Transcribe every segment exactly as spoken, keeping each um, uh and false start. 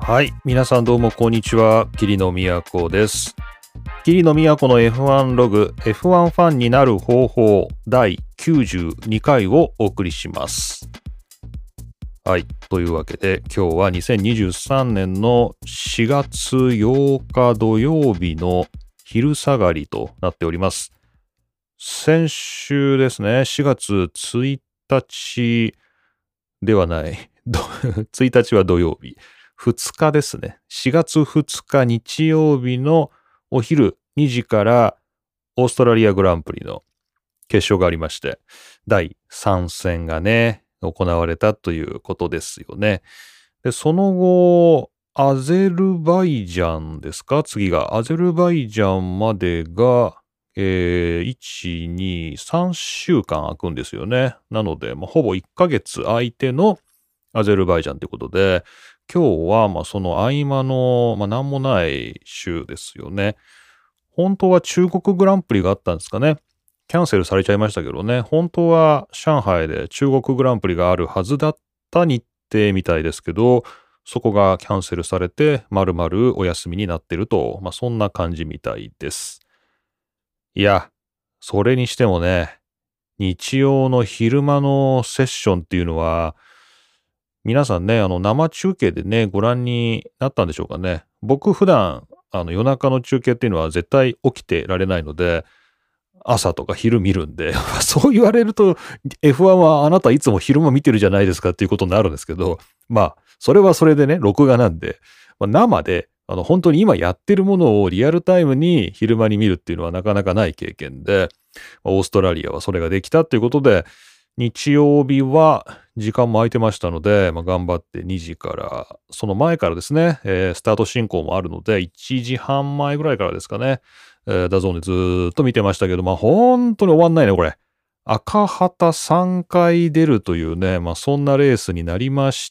はい、皆さんどうもこんにちは。桐野都です。桐野都の エフワン ログ エフワン ファンになる方法だいきゅうじゅうにかいをお送りします。はい、というわけで今日はにせんにじゅうさんねんのしがつようか土曜日の昼下がりとなっております。先週ですね、しがつついたちではない、ついたちは土曜日。ふつかですね。しがつふつか日曜日のお昼にじからオーストラリアグランプリの決勝がありまして、だいさん戦がね、行われたということですよね。で、その後、アゼルバイジャンですか？次が。アゼルバイジャンまでが、えー、いち、に、さんしゅうかん空くんですよね。なので、まあ、ほぼいっかげつ空いてのアゼルバイジャンということで、今日はまあその合間の、まあ、何もない週ですよね。本当は中国グランプリがあったんですかね。キャンセルされちゃいましたけどね。本当は上海で中国グランプリがあるはずだった日程みたいですけど、そこがキャンセルされて、まるまるお休みになってると、まあそんな感じみたいです。いや、それにしてもね、日曜の昼間のセッションっていうのは、皆さんね、あの生中継でね、ご覧になったんでしょうかね。僕普段、あの夜中の中継っていうのは絶対起きてられないので、朝とか昼見るんで、そう言われると エフワン はあなたいつも昼間見てるじゃないですかっていうことになるんですけど、まあ、それはそれでね、録画なんで、まあ、生で、あの本当に今やってるものをリアルタイムに昼間に見るっていうのはなかなかない経験で、オーストラリアはそれができたということで、日曜日は時間も空いてましたので、まあ、頑張ってにじから、その前からですね、えースタート進行もあるので、いちじはんまえぐらいからですかね、えーダゾーンでずーっと見てましたけど、まあ本当に終わんないね、これ。赤旗さんかい出るというね、まあそんなレースになりまして、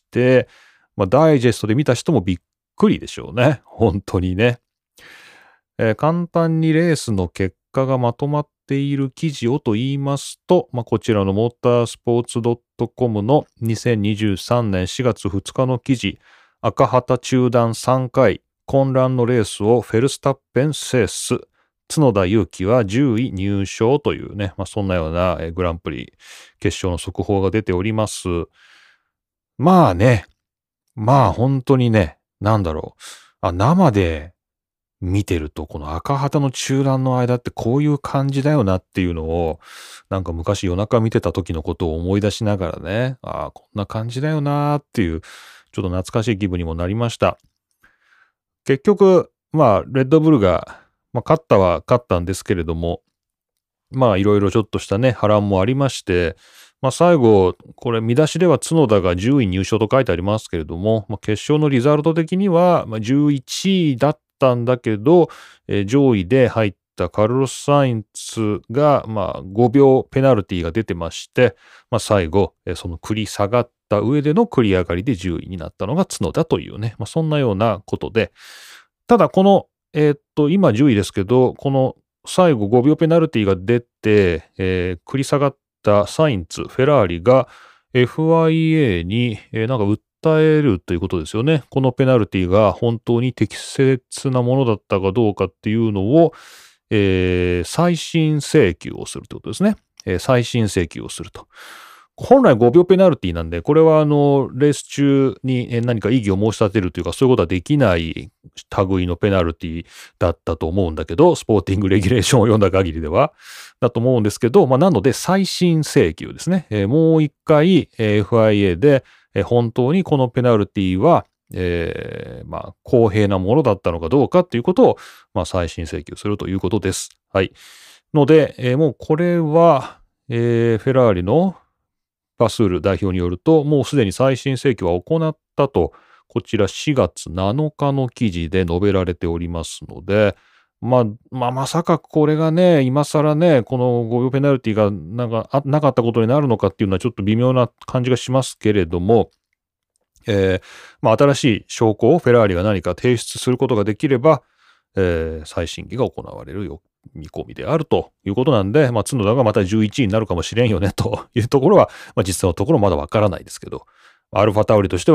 まあダイジェストで見た人もびっくりでしょうね。本当にね。えー簡単にレースの結果がまとまっている記事をと言いますと、まあ、こちらのモータースポーツ .com のにせんにじゅうさんねんしがつふつかの記事、赤旗中断さんかい、混乱のレースをフェルスタッペン制す、角田裕樹はじゅうい入賞というね、まあ、そんなようなえーグランプリ決勝の速報が出ております。まあね、まあ本当にね、なんだろう。あ、生で見てると、この赤旗の中断の間ってこういう感じだよなっていうのを、なんか昔夜中見てた時のことを思い出しながらね、ああ、こんな感じだよなっていう、ちょっと懐かしい気分にもなりました。結局、まあ、レッドブルが、まあ、勝ったは勝ったんですけれども、まあ、いろいろちょっとしたね、波乱もありまして、まあ、最後、これ見出しでは角田がじゅうい入賞と書いてありますけれども、まあ、決勝のリザルト的には、まあ、じゅういちいだったんだけど、えー上位で入ったカルロス・サインツが、まあ、ごびょうペナルティが出てまして、まあ、最後、えーその繰り下がった上での繰り上がりでじゅういになったのが角田というね、まあ、そんなようなことで、ただこの、えーっと、今じゅういですけど、この最後ごびょうペナルティが出て、えー繰り下がったサインツ、フェラーリが エフアイエー に、えーなんか訴えるということですよね。このペナルティが本当に適切なものだったかどうかっていうのを、えー再審請求をするということですね。えー再審請求をすると。本来ごびょうペナルティなんで、これはあの、レース中にえー何か異議を申し立てるというか、そういうことはできない類のペナルティだったと思うんだけど、スポーティングレギュレーションを読んだ限りでは、だと思うんですけど、まあ、なので再審請求ですね。えーもう一回、えー エフアイエー で、えー本当にこのペナルティは、えーまあ、公平なものだったのかどうかっていうことを、まあ、再審請求するということです。はい。ので、えーもうこれは、えーフェラーリのバスール代表によると、もうすでに再審請求は行ったと、こちらしがつなのかの記事で述べられておりますので、まあ、まあ、まさかこれがね、今更ね、このごびょうペナルティがなんかあなかったことになるのかっていうのはちょっと微妙な感じがしますけれども、えーまあ、新しい証拠をフェラーリが何か提出することができれば、えー再審議が行われるよ見込みであるということなんで、まあ、角田がまたじゅういちいになるかもしれんよねというところは、まあ、実際のところまだわからないですけど、アルファタウリとしては、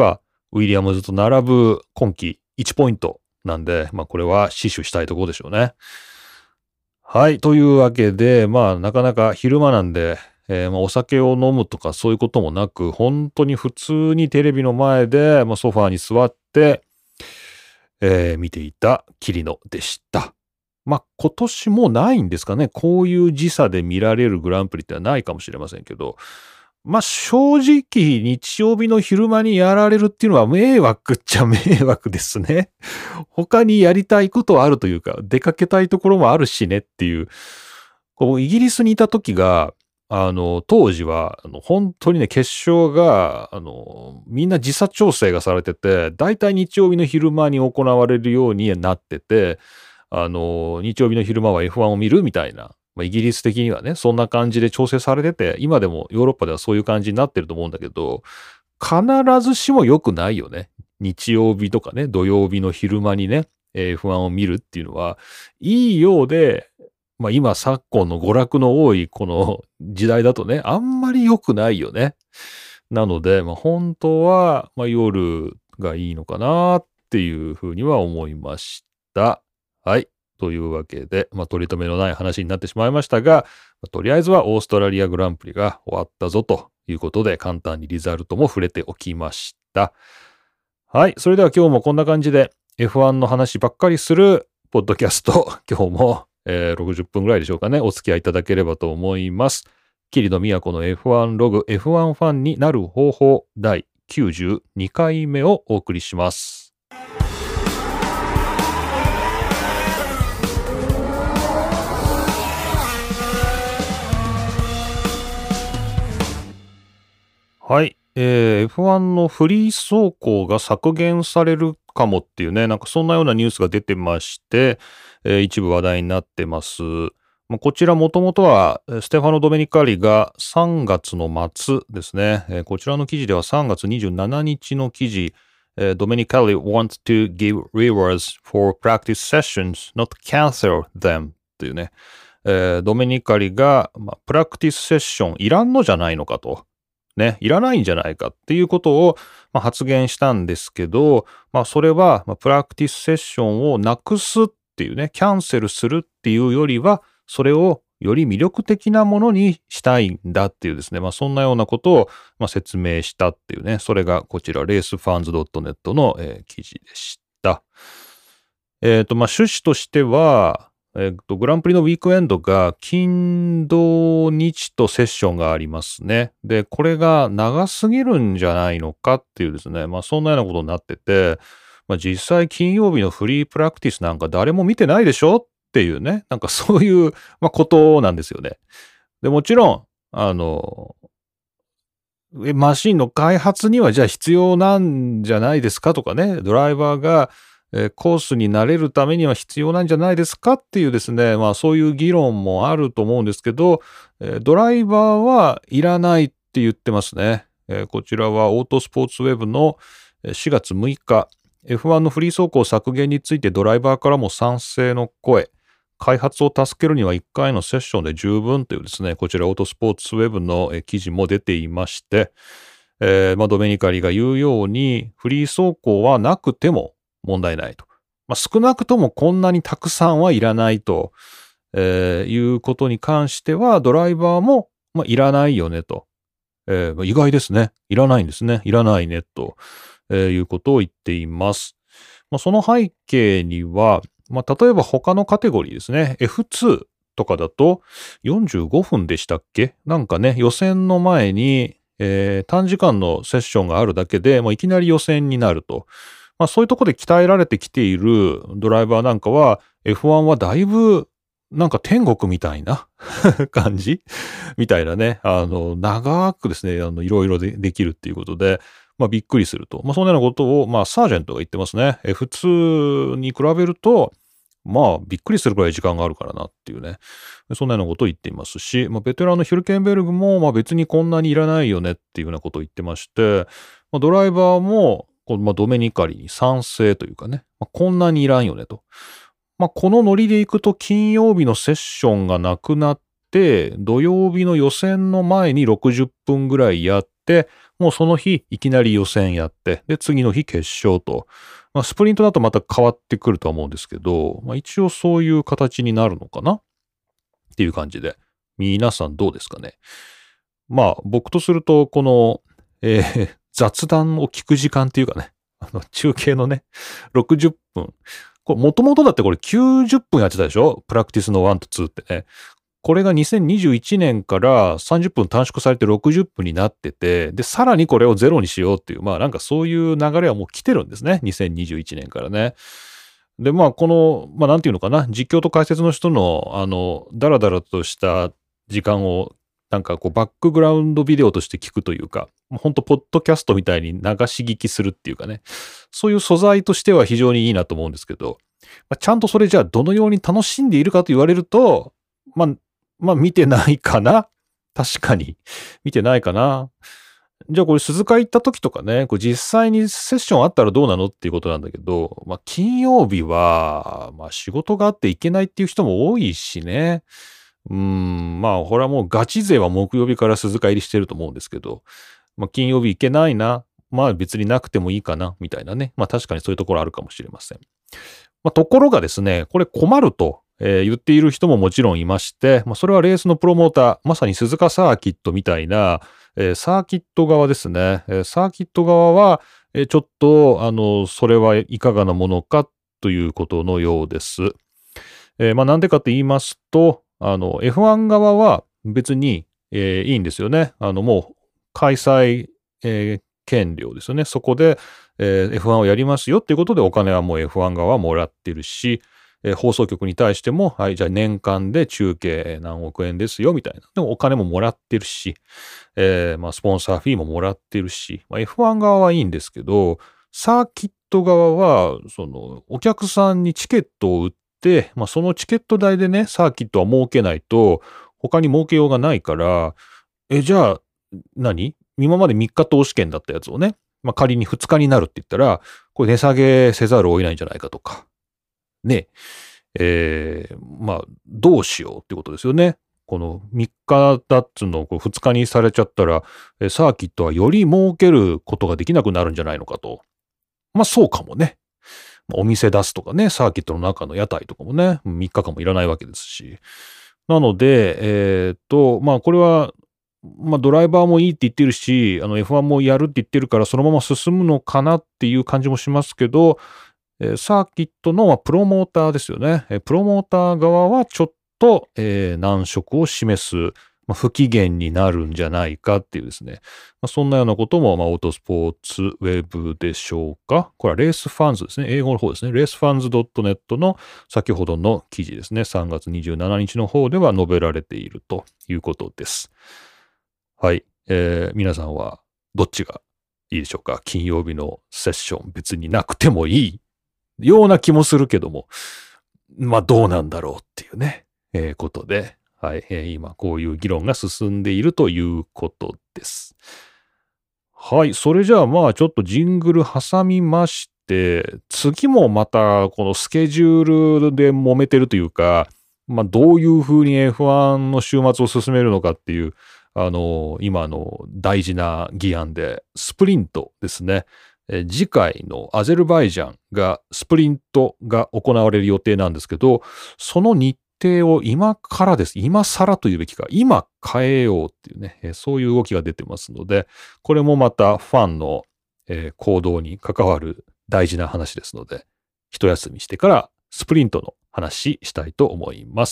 ウィリアムズと並ぶ今季いちポイントなんで、まあこれは死守したいところでしょうね。はい。というわけで、まあなかなか昼間なんで、えー、まあお酒を飲むとかそういうこともなく、本当に普通にテレビの前で、まあ、ソファーに座って、えー、見ていた桐野でした。まあ今年もないんですかね。こういう時差で見られるグランプリってのはないかもしれませんけど、まあ正直日曜日の昼間にやられるっていうのは迷惑っちゃ迷惑ですね。他にやりたいことはあるというか、出かけたいところもあるしねっていう。こうイギリスにいた時が、あの、当時は、あの、本当にね、決勝が、あの、みんな時差調整がされてて、だいたい日曜日の昼間に行われるようになってて、あの、日曜日の昼間は エフワン を見るみたいな、まあ、イギリス的にはね、そんな感じで調整されてて、今でもヨーロッパではそういう感じになってると思うんだけど、必ずしも良くないよね。日曜日とかね、土曜日の昼間にね、エフワン を見るっていうのは、いいようで、まあ今昨今の娯楽の多いこの時代だとね、あんまり良くないよね。なので、まあ本当は、まあ夜がいいのかなっていうふうには思いました。はい。というわけで、まあ取り留めのない話になってしまいましたが、とりあえずはオーストラリアグランプリが終わったぞということで、簡単にリザルトも触れておきました。はい。それでは今日もこんな感じで エフワン の話ばっかりするポッドキャスト、今日も、えー、ろくじゅっぷんぐらいでしょうかね、お付き合いいただければと思います。桐野都の エフワン ログ、エフワン ファンになる方法だいきゅうじゅうにかいめをお送りします。はい。えー、エフワン のフリー走行が削減されるかもっていうね、なんかそんなようなニュースが出てまして、えー、一部話題になってます。まあ、こちらもともとは、ステファノ・ドメニカリがさんがつの末ですね。えー、こちらの記事ではさんがつにじゅうしちにちの記事、えー、ドメニカリ wants to give rewards for practice sessions, not cancel them というね、えー、ドメニカリが、まあ、プラクティスセッションいらんのじゃないのかと。ね、いらないんじゃないかっていうことを、まあ、発言したんですけど、まあそれは、まあ、プラクティスセッションをなくすっていうね、キャンセルするっていうよりは、それをより魅力的なものにしたいんだっていうですね、まあそんなようなことを、まあ、説明したっていうね、それがこちら、レースファンズ ドットネット の、えー、記事でした。えっ、ー、と、まあ趣旨としては、えっと、グランプリのウィークエンドが金土日とセッションがありますね。で、これが長すぎるんじゃないのかっていうですね、まあそんなようなことになってて、まあ実際金曜日のフリープラクティスなんか誰も見てないでしょっていうね、なんかそういう、まあ、ことなんですよね。で、もちろん、あの、マシンの開発にはじゃあ必要なんじゃないですかとかね、ドライバーがえーコースに慣れるためには必要なんじゃないですかっていうですね、まあそういう議論もあると思うんですけど、えードライバーはいらないって言ってますね。えーこちらはオートスポーツウェブのえーしがつむいか、エフワン のフリー走行削減についてドライバーからも賛成の声、開発を助けるにはいっかいのセッションで十分というですね、こちらオートスポーツウェブのえー記事も出ていまして、えーまあ、ドメニカリが言うように、フリー走行はなくても問題ないと。まあ、少なくともこんなにたくさんはいらないと、えーいうことに関しては、ドライバーも、まあ、いらないよねと。えーまあ、意外ですね。いらないんですね。いらないねと、えーいうことを言っています。まあ、その背景には、まあ、例えば他のカテゴリーですね。エフツー とかだとよんじゅうごふんでしたっけ？なんかね、予選の前に、えー短時間のセッションがあるだけで、もういきなり予選になると。まあそういうところで鍛えられてきているドライバーなんかは エフワン はだいぶなんか天国みたいな感じみたいなね。あの、長くですね、あの、いろいろでできるっていうことで、まあびっくりすると。まあそんなようなことを、まあサージェントが言ってますね。エフツー に比べると、まあびっくりするくらい時間があるからなっていうね。そんなようなことを言っていますし、まあベテランのヒルケンベルグも、まあ別にこんなにいらないよねっていうようなことを言ってまして、まあ、ドライバーも、こうまあ、ドメニカリに賛成というかね、まあ、こんなにいらんよねと。まあ、このノリでいくと金曜日のセッションがなくなって、土曜日の予選の前にろくじゅっぷんぐらいやって、 もうその日いきなり予選やって、で、次の日決勝と。まあ、スプリントだとまた変わってくるとは思うんですけど、まあ、一応そういう形になるのかなっていう感じで。皆さんどうですかね。まあ、僕とすると、この、えー雑談を聞く時間っていうかね、あの、中継のね、ろくじゅっぷん。これ、もともとだってこれきゅうじゅっぷんやってたでしょ？プラクティスのいちとにってね。これがにせんにじゅういちねんからさんじゅっぷん短縮されてろくじゅっぷんになってて、で、さらにこれをゼロにしようっていう、まあなんかそういう流れはもう来てるんですね。にせんにじゅういちねんからね。で、まあこの、まあなんていうのかな、実況と解説の人の、あの、ダラダラとした時間を、なんかこうバックグラウンドビデオとして聞くというか、ほんとポッドキャストみたいに流し聞きするっていうかね、そういう素材としては非常にいいなと思うんですけど、まあ、ちゃんとそれじゃあどのように楽しんでいるかと言われると、まあ、まあ見てないかな。確かに。見てないかな。じゃあこれ鈴鹿行った時とかね、これ実際にセッションあったらどうなのっていうことなんだけど、まあ金曜日は、まあ仕事があって行けないっていう人も多いしね。うーん、まあこれはもうガチ勢は木曜日から鈴鹿入りしてると思うんですけど、まあ金曜日行けないな。まあ別になくてもいいかな、みたいなね。まあ確かにそういうところあるかもしれません。まあところがですね、これ困ると。えー言っている人ももちろんいまして、まあ、それはレースのプロモーター、まさに鈴鹿サーキットみたいな、えーサーキット側ですね。えーサーキット側は、えーちょっと、あの、それはいかがなものかということのようです。えーまあ、なんでかと言いますと、あの、エフワン 側は別に、えーいいんですよね。あの、もう、開催、えー権料ですよね。そこで、えーエフワン をやりますよっていうことでお金はもう エフワン 側はもらってるし、えー放送局に対しても、はい、じゃあ年間で中継何億円ですよ、みたいな。でもお金ももらってるし、えーまあ、スポンサーフィーももらってるし、まあ、エフワン 側はいいんですけど、サーキット側は、その、お客さんにチケットを売って、まあ、そのチケット代でね、サーキットは儲けないと、他に儲けようがないから、え、じゃあ、何今までみっか投資券だったやつをね、まあ、仮にふつかになるって言ったら、これ値下げせざるを得ないんじゃないかとか、ね、えー、まあ、どうしようってことですよね。このみっかだっつうのをこうふつかにされちゃったら、えサーキットはより儲けることができなくなるんじゃないのかと。まあそうかもね。お店出すとかね、サーキットの中の屋台とかもね、みっかかんもいらないわけですし。なので、えーっと、まあこれは、まあドライバーもいいって言ってるし、あの エフワン もやるって言ってるからそのまま進むのかなっていう感じもしますけど、えーサーキットの、まあ、プロモーターですよね。えープロモーター側はちょっと、えー難色を示す、まあ、不機嫌になるんじゃないかっていうですね。まあ、そんなようなことも、まあ、オートスポーツウェブでしょうか。これはレースファンズですね。英語の方ですね。レースファンズ ドットネット の先ほどの記事ですね。さんがつにじゅうしちにちの方では述べられているということです。はい。えー皆さんはどっちがいいでしょうか。金曜日のセッション別になくてもいいような気もするけども、まあどうなんだろうっていうね、えーことで、はい、えー今こういう議論が進んでいるということです。はい、それじゃあまあちょっとジングル挟みまして、次もまたこのスケジュールで揉めてるというか、まあどういう風に エフワン の週末を進めるのかっていう、あの、今の大事な議案で、スプリントですね。えー次回のアゼルバイジャンが、スプリントが行われる予定なんですけど、その日程を今からです。今更というべきか、今変えようっていうね、えーそういう動きが出てますので、これもまたファンの、えー行動に関わる大事な話ですので、一休みしてからスプリントの話したいと思います。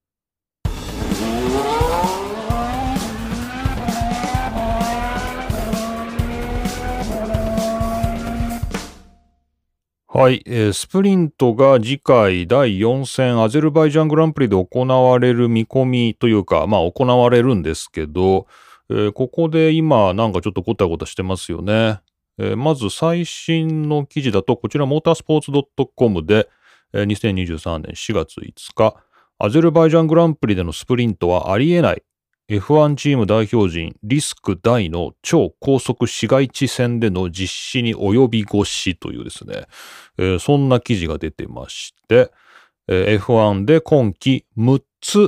はい、えースプリントが次回だいよん戦アゼルバイジャングランプリで行われる見込みというか、まあ行われるんですけど、えーここで今なんかちょっとごたごたしてますよね。えーまず最新の記事だと、こちらモータースポーツ ドットコム で、えーにせんにじゅうさんねんしがついつか、アゼルバイジャングランプリでのスプリントはありえない。エフワン チーム代表陣リスク大の超高速市街地戦での実施に及び腰というですね、えーそんな記事が出てまして、えーエフワン で今季むっつ、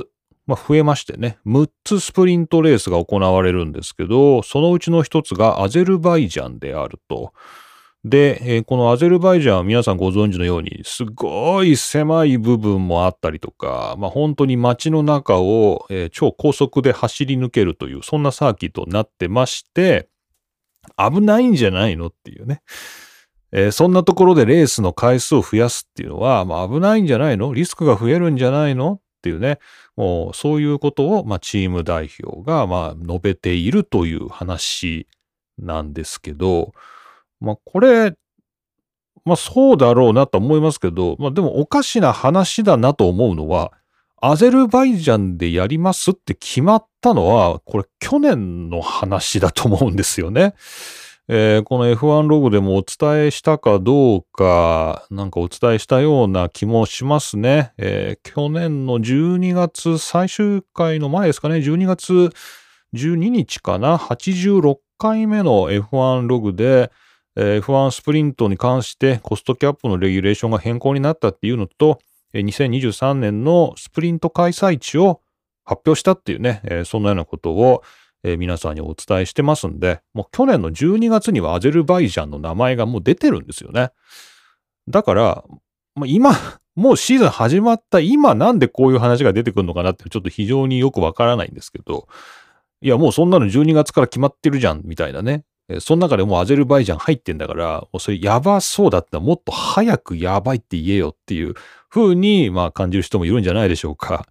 まあ、増えましてね、むっつスプリントレースが行われるんですけど、そのうちの一つがアゼルバイジャンであると。で、えーこのアゼルバイジャンは皆さんご存知のように、すごい狭い部分もあったりとか、まあ本当に街の中を、えー超高速で走り抜けるという、そんなサーキットになってまして、危ないんじゃないのっていうね。えーそんなところでレースの回数を増やすっていうのは、まあ危ないんじゃないの？リスクが増えるんじゃないのっていうね。もうそういうことを、まあチーム代表が、まあ述べているという話なんですけど、まあこれ、まあそうだろうなと思いますけど、まあでもおかしな話だなと思うのは、アゼルバイジャンでやりますって決まったのは、これ去年の話だと思うんですよね。えーこの エフワン ログでもお伝えしたかどうか、なんかお伝えしたような気もしますね。えー去年のじゅうにがつ最終回の前ですかね、じゅうにがつじゅうににちかな、はちじゅうろっかいめの エフワン ログで、えーエフワン スプリントに関してコストキャップのレギュレーションが変更になったっていうのと、えーにせんにじゅうさんねんのスプリント開催地を発表したっていうね、えーそんなようなことを、えー皆さんにお伝えしてますんで、もう去年のじゅうにがつにはアゼルバイジャンの名前がもう出てるんですよね。だから、まあ、今、もうシーズン始まった今なんでこういう話が出てくるのかなってちょっと非常によくわからないんですけど、いやもうそんなのじゅうにがつから決まってるじゃんみたいなね。えーその中でもうアゼルバイジャン入ってんだから、もうそれやばそうだったらもっと早くやばいって言えよっていう風に、まあ感じる人もいるんじゃないでしょうか。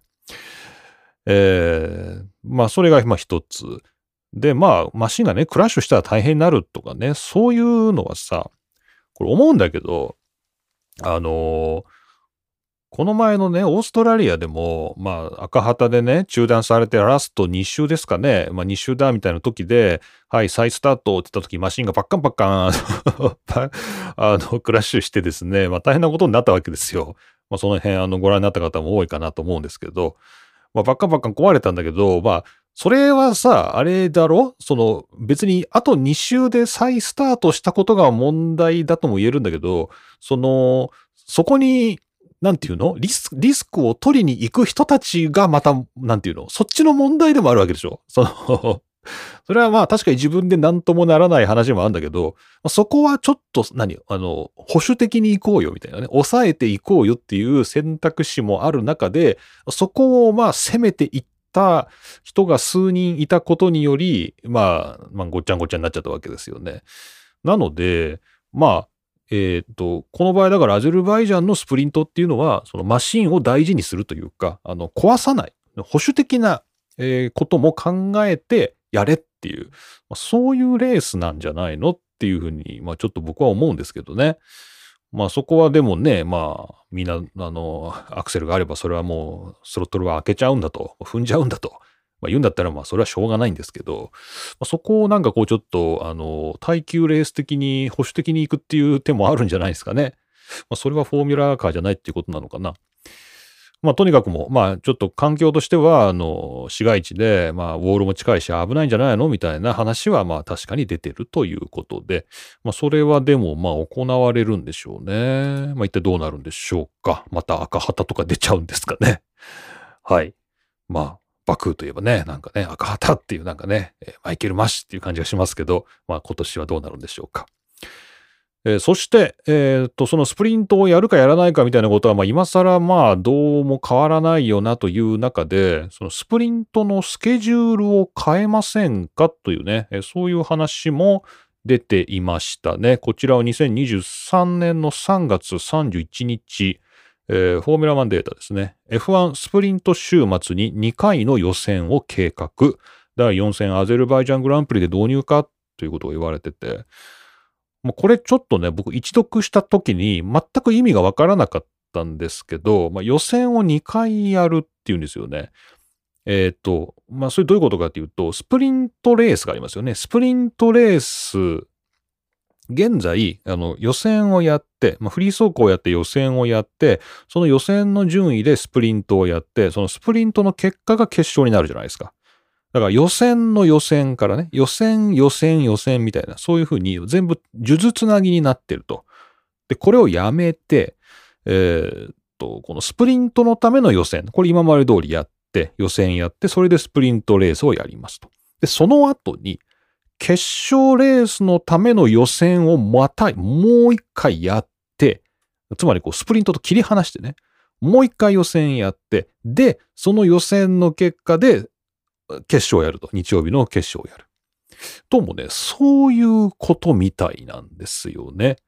えー、まあそれがまあ一つ。で、まあマシンがね、クラッシュしたら大変になるとかね、そういうのはさ、これ思うんだけど、あのーこの前のね、オーストラリアでも、まあ、赤旗でね、中断されてラストに周ですかね。まあ、に周だみたいな時で、はい、再スタートって言った時、マシンがパッカンパッカン、パあの、クラッシュしてですね、まあ、大変なことになったわけですよ。まあ、その辺、あの、ご覧になった方も多いかなと思うんですけど、まあ、パッカンパッカン壊れたんだけど、まあ、それはさ、あれだろ？その、別に、あとに周で再スタートしたことが問題だとも言えるんだけど、その、そこに、なんていうのリスク、リスクを取りに行く人たちがまた、なんていうのそっちの問題でもあるわけでしょ。そのそれはまあ確かに自分で何ともならない話もあるんだけど、そこはちょっと何、あの、保守的に行こうよみたいなね、抑えていこうよっていう選択肢もある中で、そこをまあ攻めていった人が数人いたことにより、まあ、まあごっちゃんごっちゃになっちゃったわけですよね。なので、まあ、えっと、この場合だからアゼルバイジャンのスプリントっていうのは、そのマシンを大事にするというか、あの、壊さない、保守的な、えーことも考えてやれっていう、まあそういうレースなんじゃないのっていうふうに、まあちょっと僕は思うんですけどね。まあそこはでもね、まあみんな、あの、アクセルがあればそれはもうスロットルは開けちゃうんだと、踏んじゃうんだと、まあ言うんだったらまあそれはしょうがないんですけど、まあそこをなんかこうちょっと、あの、耐久レース的に保守的に行くっていう手もあるんじゃないですかね。まあそれはフォーミュラーカーじゃないっていうことなのかな。まあとにかくもう、まあちょっと環境としては、あの、市街地で、まあウォールも近いし危ないんじゃないのみたいな話はまあ確かに出てるということで、まあそれはでもまあ行われるんでしょうね。まあ一体どうなるんでしょうか。また赤旗とか出ちゃうんですかね。はい。まあ、バクーといえばね、なんかね、赤旗っていうなんかね、えーマイケル・マッシュっていう感じがしますけど、まあ今年はどうなるんでしょうか。えーそして、えーっと、そのスプリントをやるかやらないかみたいなことは、まあ今更まあどうも変わらないよなという中で、そのスプリントのスケジュールを変えませんかというね、えーそういう話も出ていましたね。こちらはにせんにじゅうさんねんのさんがつさんじゅういちにち、えーフォーミュラワンデータですね。エフワン スプリント週末ににかいの予選を計画。だいよん戦アゼルバイジャングランプリで導入かということを言われてて、もうこれちょっとね、僕一読した時に全く意味がわからなかったんですけど、まあ、予選をにかいやるっていうんですよね。えっと、まあ、それどういうことかっていうと、スプリントレースがありますよね。スプリントレース、現在、あの、予選をやって、まあ、フリー走行をやって予選をやって、その予選の順位でスプリントをやって、そのスプリントの結果が決勝になるじゃないですか。だから予選の予選からね、予選、予選、予選みたいな、そういうふうに全部数珠つなぎになってると。で、これをやめて、えーっと、このスプリントのための予選、これ今まで通りやって、 、予選やって、それでスプリントレースをやりますと。で、その後に、決勝レースのための予選をまた、もう一回やって、つまりこう、スプリントと切り離してね、もう一回予選やって、で、その予選の結果で、決勝をやると。日曜日の決勝をやる。どうもね、そういうことみたいなんですよね。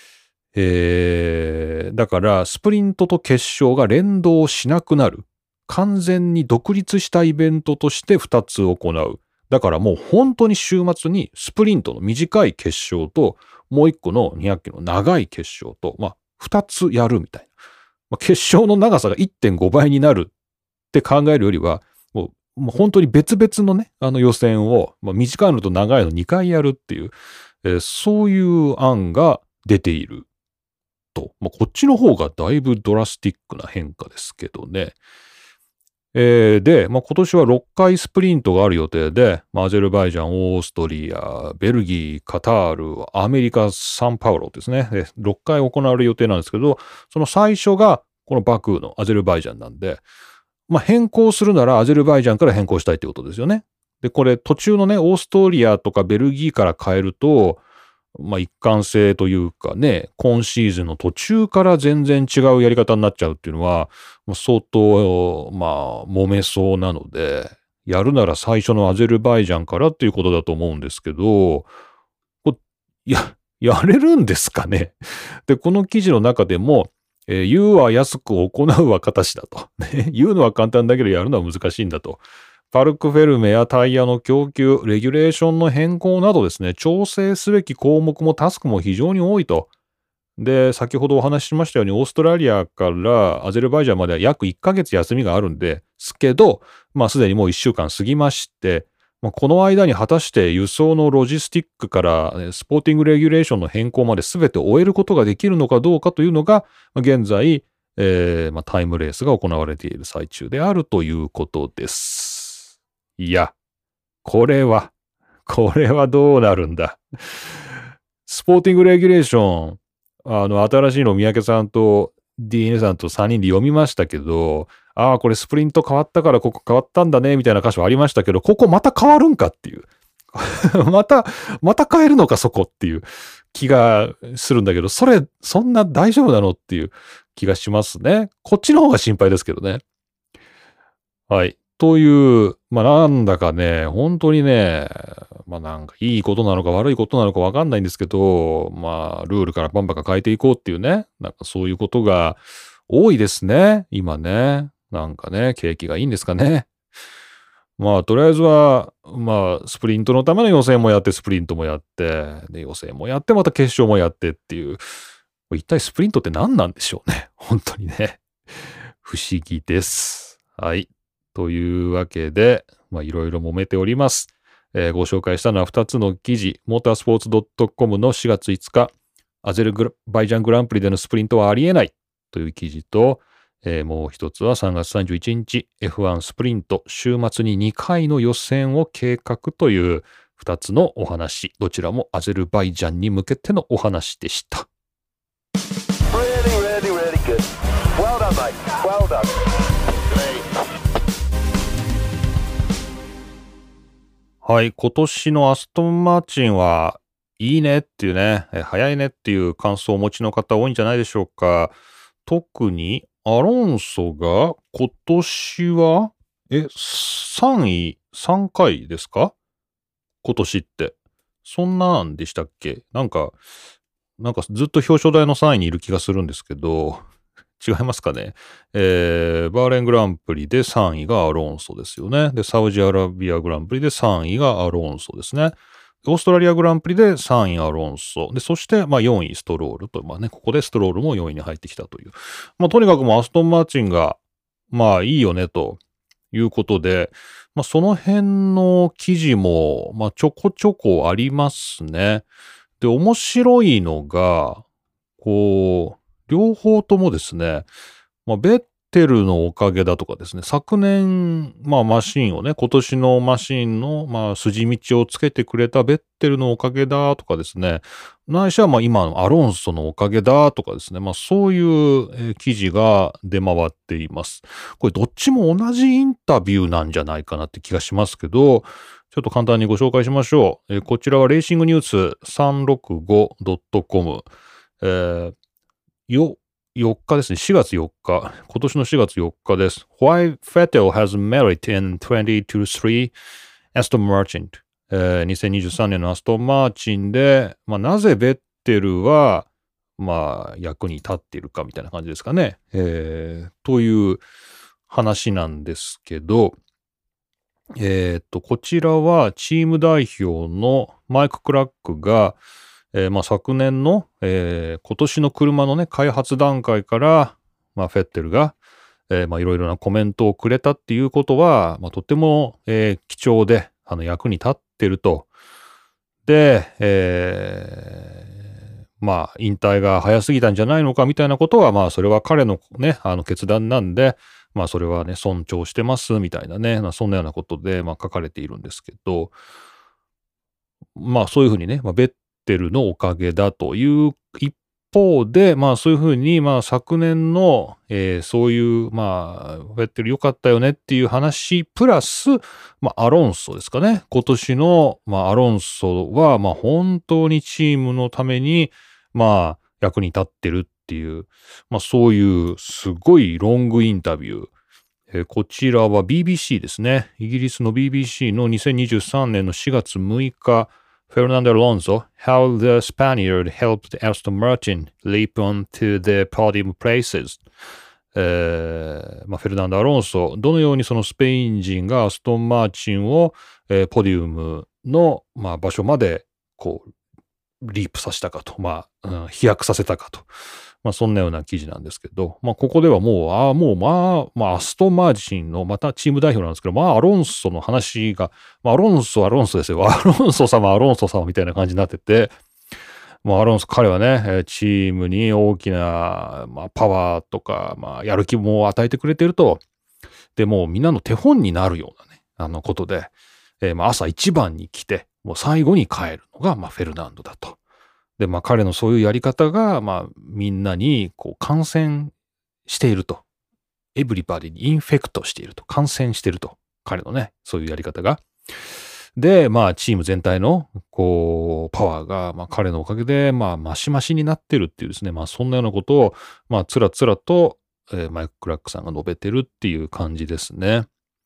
えー、だから、スプリントと決勝が連動しなくなる。完全に独立したイベントとしてふたつ行う。だからもう本当に週末にスプリントの短い決勝と、もう一個のにひゃくキロの長い決勝と、まあ、ふたつやるみたいな。まあ、決勝の長さが いってんご 倍になるって考えるよりは、もう、もう本当に別々のね、あの予選を、まあ、短いのと長いのにかいやるっていう、えーそういう案が出ていると。まあ、こっちの方がだいぶドラスティックな変化ですけどね。えーで、まあ、今年はろっかいスプリントがある予定で、まあ、アゼルバイジャン、オーストリア、ベルギー、カタール、アメリカ、サンパウロですね。でろっかい行われる予定なんですけど、その最初がこのバクーのアゼルバイジャンなんで、まあ、変更するならアゼルバイジャンから変更したいってことですよね。で、これ途中のね、オーストリアとかベルギーから変えると、まあ、一貫性というかね、今シーズンの途中から全然違うやり方になっちゃうっていうのは、相当、まあ、揉めそうなので、やるなら最初のアゼルバイジャンからっていうことだと思うんですけど、こや、やれるんですかね。で、この記事の中でも、えー言うは安く行うは形だと。ね、言うのは簡単だけどやるのは難しいんだと。パルクフェルメやタイヤの供給、レギュレーションの変更などですね、調整すべき項目もタスクも非常に多いと。で、先ほどお話ししましたように、オーストラリアからアゼルバイジャンまでは約いっかげつ休みがあるんですけど、まあすでにもういっしゅうかん過ぎまして、まあ、この間に果たして輸送のロジスティックからえスポーティングレギュレーションの変更まで全て終えることができるのかどうかというのが、まあ現在、えーまあ、タイムレースが行われている最中であるということです。いや、これは、これはどうなるんだ。スポーティングレギュレーション、あの、新しいの三宅さんと ディーエヌエー さんとさんにんで読みましたけど、ああ、これスプリント変わったからここ変わったんだね、みたいな箇所ありましたけど、ここまた変わるんかっていう。また、また変えるのか、そこっていう気がするんだけど、それ、そんな大丈夫なのっていう気がしますね。こっちの方が心配ですけどね。はい。という、まあなんだかね、本当にね、まあなんかいいことなのか悪いことなのかわかんないんですけど、まあルールからバンバカ変えていこうっていうね、なんかそういうことが多いですね、今ね。なんかね、景気がいいんですかね。まあとりあえずは、まあスプリントのための予選もやって、スプリントもやって、で予選もやって、また決勝もやってっていう、一体スプリントって何なんでしょうね。本当にね。不思議です。はい。というわけで、まあ、いろいろ揉めております。えーご紹介したのはふたつの記事、モータースポーツ .com のしがついつか、アゼルバイジャングランプリでのスプリントはありえないという記事と、えーもう一つはさんがつさんじゅういちにち エフワン スプリント週末ににかいの予選を計画というふたつのお話、どちらもアゼルバイジャンに向けてのお話でした。 Really, really, really good. Well done, mate. Well done. はい、今年のアストンマーチンはいいねっていうね、え早いねっていう感想をお持ちの方多いんじゃないでしょうか。特にアロンソが今年は、え、さんいさんかいですか？今年って。そんななんでしたっけ？なんか、なんかずっと表彰台のさんいにいる気がするんですけど、違いますかね。えー、バーレングランプリでさんいがアロンソですよね。で、サウジアラビアグランプリでさんいがアロンソですね。オーストラリアグランプリでさんいアロンソ。で、そして、まあよんいストロールと、まあね、ここでストロールもよんいに入ってきたという。まあとにかくもうアストンマーチンが、まあいいよねということで、まあその辺の記事も、まあちょこちょこありますね。で、面白いのが、こう、両方ともですね、まあ、ベッテルのおかげだとかですね、昨年、まあマシンをね、今年のマシンの、まあ筋道をつけてくれたベッテルのおかげだとかですね、ないしはまあ今のアロンソのおかげだとかですね、まあそういう、えー記事が出回っています。これどっちも同じインタビューなんじゃないかなって気がしますけど、ちょっと簡単にご紹介しましょう。えーこちらはレーシングニュース さんろくごドットコム、えーよ、よっかですね。しがつよっか。今年のしがつよっかです。Why Vettel has merit inにじゅうにとさん Aston Martin、えーにせんにじゅうさんねんのアストンマーチンで、まあ、なぜベッテルは、まあ、役に立っているかみたいな感じですかね。えーという話なんですけど、えっと、こちらはチーム代表のマイク・クラックが、えーまあ、昨年の、えー今年の車のね、開発段階から、まあ、フェッテルが、えーまあ、いろいろなコメントをくれたっていうことは、まあ、とても、えー貴重で、あの、役に立ってると。で、えーまあ、引退が早すぎたんじゃないのかみたいなことは、まあ、それは彼のね、あの、決断なんで、まあ、それはね、尊重してますみたいなね、まあそんなようなことで、まあ、書かれているんですけど、まあそういうふうにね、まあ、ベッテルのおかげだという一方で、まあそういうふうに、まあ昨年の、えーそういう、まあ、ベッテル良かったよねっていう話、プラス、まあアロンソですかね。今年の、まあアロンソは、まあ本当にチームのために、まあ役に立ってるっていう、まあそういうすごいロングインタビュー。えーこちらは ビービーシー ですね。イギリスの ビービーシー のにせんにじゅうさんねんのしがつむいか、フェルナンド・アロンソ、How the Spaniard helped Aston Martin leap onto the podium places。えーまあ、フェルナンド・アロンソ、どのようにそのスペイン人がアストン・マーチンを、えーポディウムの、まあ、場所までこうリープさせたかと、まあ、うん、飛躍させたかと。まあ、そんなような記事なんですけど、まあ、ここではもう、ああ、もう、まあ、まあ、アストンマーチンの、またチーム代表なんですけど、まあ、アロンソの話が、まあ、アロンソ、アロンソですよ。アロンソ様、アロンソ様みたいな感じになってて、もうアロンソ、彼はね、えーチームに大きな、まあ、パワーとか、まあ、やる気も与えてくれてると。で、もうみんなの手本になるようなね、あのことで、えーまあ、朝一番に来て、もう最後に帰るのが、まあ、フェルナンドだと。で、まあ彼のそういうやり方が、まあみんなにこう感染していると。エブリバディにインフェクトしていると。感染していると。彼のね、そういうやり方が。で、まあチーム全体のこうパワーが、まあ彼のおかげで、まあマシマシになってるっていうですね、まあそんなようなことを、まあつらつらと、えーマイク・クラックさんが述べてるっていう感じですね。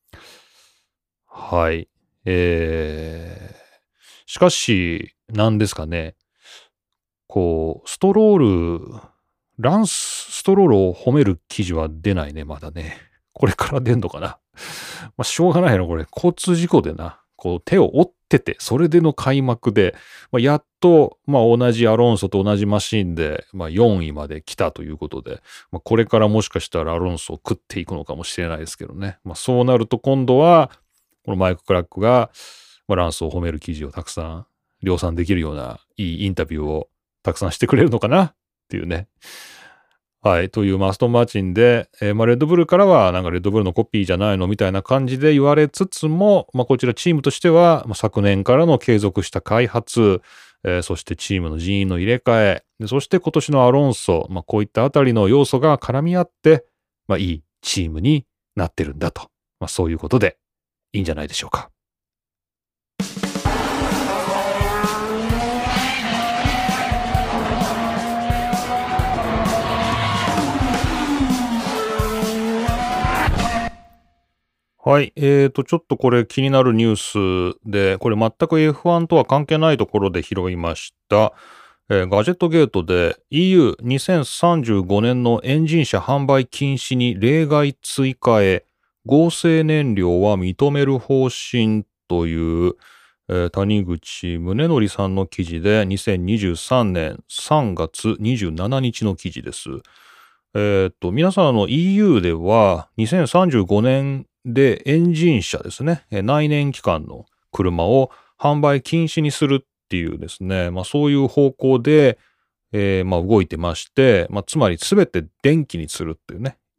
はい。えー、しかし、何ですかね。こう、ストロール、ランス・ストロールを褒める記事は出ないね、まだね。これから出んのかな。まあ、しょうがないの、これ。交通事故でな。こう、手を折ってて、それでの開幕で、まあ、やっと、まあ、同じアロンソと同じマシンで、まあ、よんいまで来たということで、まあ、これからもしかしたらアロンソを食っていくのかもしれないですけどね。まあ、そうなると今度は、このマイク・クラックが、まあ、ランスを褒める記事をたくさん量産できるようないいインタビューをたくさんしてくれるのかなっていうね。はい。という、まあ、アストンマーチンで、えーまあ、レッドブルからは、なんかレッドブルのコピーじゃないのみたいな感じで言われつつも、まあ、こちらチームとしては、まあ、昨年からの継続した開発、えーそしてチームの人員の入れ替え、でそして今年のアロンソ、まあ、こういったあたりの要素が絡み合って、まあ、いいチームになってるんだと。まあ、そういうことでいいんじゃないでしょうか。はい。えーと、ちょっとこれ気になるニュースで、これ全く エフワン とは関係ないところで拾いました。えーガジェットゲートで イーユーにせんさんじゅうご 年のエンジン車販売禁止に例外追加へ、合成燃料は認める方針という、えー谷口宗則さんの記事でにせんにじゅうさんねんさんがつにじゅうしちにちの記事です。えっと、皆さんあの イーユー ではにせんさんじゅうごねんでエンジン車ですね、え内燃機関の車を販売禁止にするっていうですね、まあそういう方向で、えーまあ動いてまして、まあつまりすべて電気にするっていうね、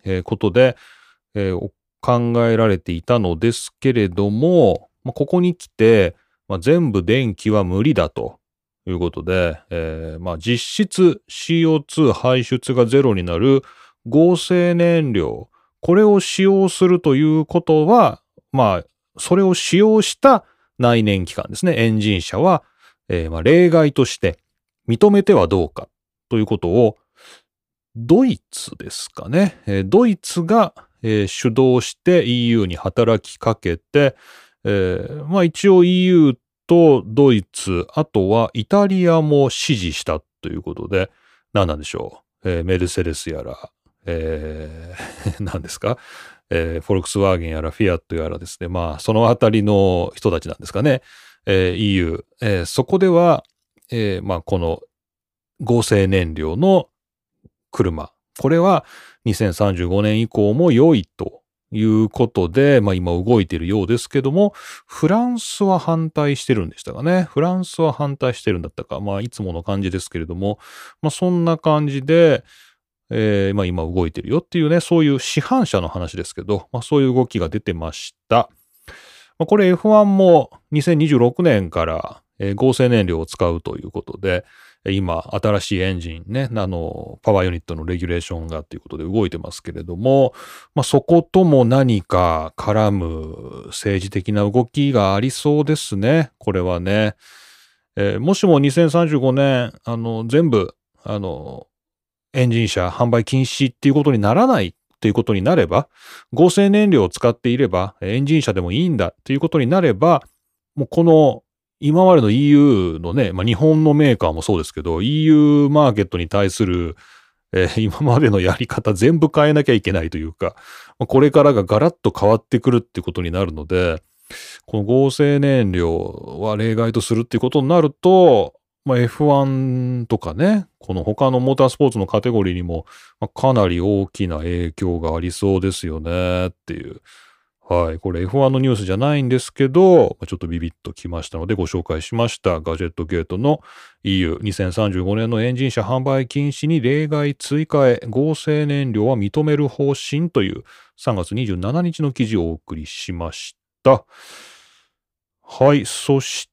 えーことで、えー考えられていたのですけれども、まあ、ここに来て、まあ、全部電気は無理だということで、えーまあ、実質 シーオーツー 排出がゼロになる合成燃料、これを使用するということは、まあ、それを使用した内燃機関ですね、エンジン車は、えーまあ、例外として認めてはどうかということを、ドイツですかね。えードイツが、えー主導して イーユー に働きかけて、えーまあ一応 イーユー とドイツ、あとはイタリアも支持したということで、何なんでしょう。えーメルセデスやら、えー何ですか、えーフォルクスワーゲンやらフィアットやらですね。まあそのあたりの人たちなんですかね。えー イーユー、えーそこでは、えーまあこの合成燃料の車。これはにせんさんじゅうごねん以降も良いということで、まあ今動いているようですけども、フランスは反対してるんでしたかね。フランスは反対してるんだったか。まあいつもの感じですけれども、まあそんな感じで、えーまあ今動いてるよっていうね、そういう市販車の話ですけど、まあそういう動きが出てました。まあ、これ エフワン もにせんにじゅうろくねんから、えー合成燃料を使うということで、今、新しいエンジンね、あの、パワーユニットのレギュレーションがということで動いてますけれども、まあ、そことも何か絡む政治的な動きがありそうですね。これはね。えーもしもにせんさんじゅうごねん、あの、全部、あの、エンジン車販売禁止っていうことにならないということになれば、合成燃料を使っていれば、エンジン車でもいいんだということになれば、もうこの今までの イーユー のね、まあ、日本のメーカーもそうですけど、イーユー マーケットに対する、えー今までのやり方全部変えなきゃいけないというか、まあこれからがガラッと変わってくるっていうことになるので、この合成燃料は例外とするっていうことになると、まあ、エフワン とかね、この他のモータースポーツのカテゴリーにも、まあ、かなり大きな影響がありそうですよねっていう。はい。これ エフワン のニュースじゃないんですけど、ちょっとビビッときましたのでご紹介しました。ガジェットゲートの イーユーにせんさんじゅうごねんのエンジン車販売禁止に例外追加へ合成燃料は認める方針というさんがつにじゅうしちにちの記事をお送りしました。はい。そして、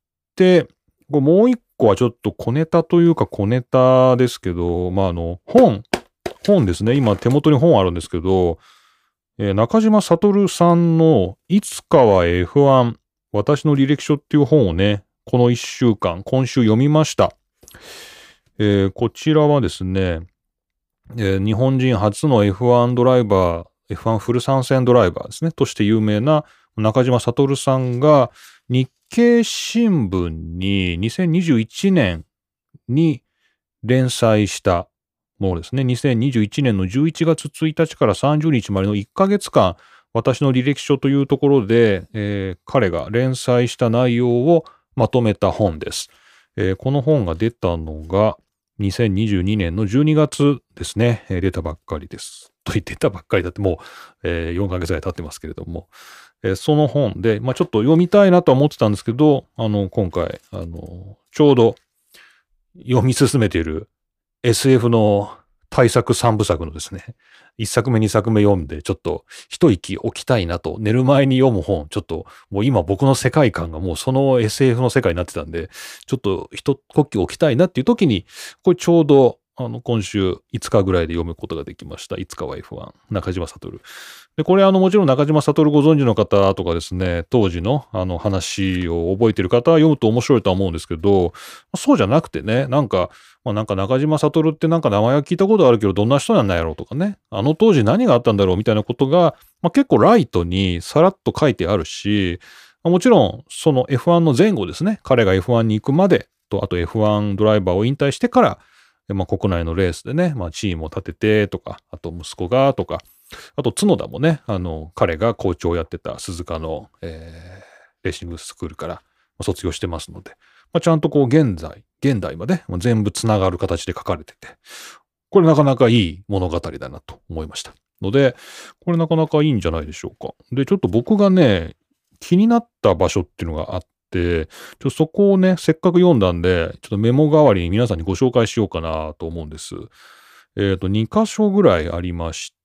これもう一個はちょっと小ネタというか小ネタですけど、まあ、あの、本、本ですね。今手元に本あるんですけど、えー中島悟さんのいつかは エフワン 私の履歴書っていう本をね、このいっしゅうかん、今週読みました。えーこちらはですね、えー日本人初の エフワン ドライバー、エフワン フル参戦ドライバーですね、として有名な中島悟さんが日経新聞ににせんにじゅういちねんに連載したものですね。にせんにじゅういちねんのじゅういちがつついたちからさんじゅうにちまでのいっかげつかん、私の履歴書というところで、えー彼が連載した内容をまとめた本です。えーこの本が出たのがにせんにじゅうにねんのじゅうにがつですね。えー出たばっかりです。と言ってたばっかりだってもう、えーよんかげつぐらい経ってますけれども、えーその本で、まあ、ちょっと読みたいなとは思ってたんですけど、あの、今回、あの、ちょうど読み進めている エスエフ の大作さんぶさくのですね、いっさくめにさくめ読んで、ちょっと一息置きたいなと、寝る前に読む本、ちょっともう今僕の世界観がもうその エスエフ の世界になってたんで、ちょっと一呼吸置きたいなっていう時に、これちょうどあの今週いつかぐらいで読むことができました。いつかは エフワン、中島悟。で、これあのもちろん中島悟ご存知の方とかですね、当時のあの話を覚えている方は読むと面白いとは思うんですけど、そうじゃなくてね、なんか、まあなんか中島悟ってなんか名前は聞いたことあるけどどんな人なんだやろうとかね、あの当時何があったんだろうみたいなことが、まあ、結構ライトにさらっと書いてあるし、まあもちろんその エフワン の前後ですね、彼が エフワン に行くまでと、あと エフワン ドライバーを引退してから、まあ、国内のレースでね、まあ、チームを立ててとか、あと息子がとか、あと角田もね、あの、彼が校長をやってた鈴鹿の、えー、レーシングスクールから卒業してますので、まあ、ちゃんとこう現在、現代まで全部つながる形で書かれてて、これなかなかいい物語だなと思いました。ので、これなかなかいいんじゃないでしょうか。で、ちょっと僕がね、気になった場所っていうのがあって、ちょっとそこをね、せっかく読んだんで、ちょっとメモ代わりに皆さんにご紹介しようかなと思うんです。えっと、に箇所ぐらいありまし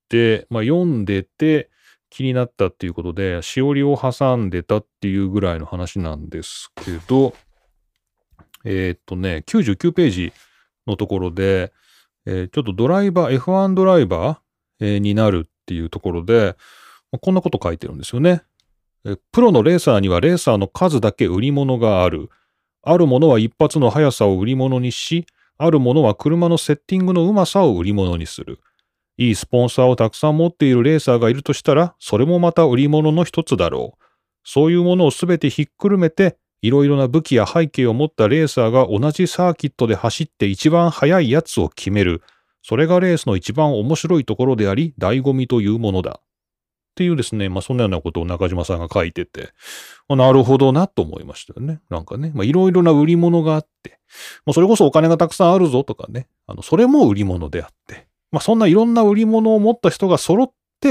て、まあ、読んでて気になったっていうことで、しおりを挟んでたっていうぐらいの話なんですけど、えーっとね、きゅうじゅうきゅうページのところで、えーちょっとドライバー、エフワン ドライバー、えーになるっていうところで、まあこんなこと書いてるんですよね。えープロのレーサーにはレーサーの数だけ売り物がある。あるものは一発の速さを売り物にし、あるものは車のセッティングのうまさを売り物にする。いいスポンサーをたくさん持っているレーサーがいるとしたら、それもまた売り物の一つだろう。そういうものをすべてひっくるめて、いろいろな武器や背景を持ったレーサーが同じサーキットで走って一番速いやつを決める。それがレースの一番面白いところであり、醍醐味というものだ。っていうですね、まあそんなようなことを中島さんが書いてて、まあ、なるほどなと思いましたよね。なんかね、まあいろいろな売り物があって、まあそれこそお金がたくさんあるぞとかね、あの、それも売り物であって、まあそんないろんな売り物を持った人が揃って、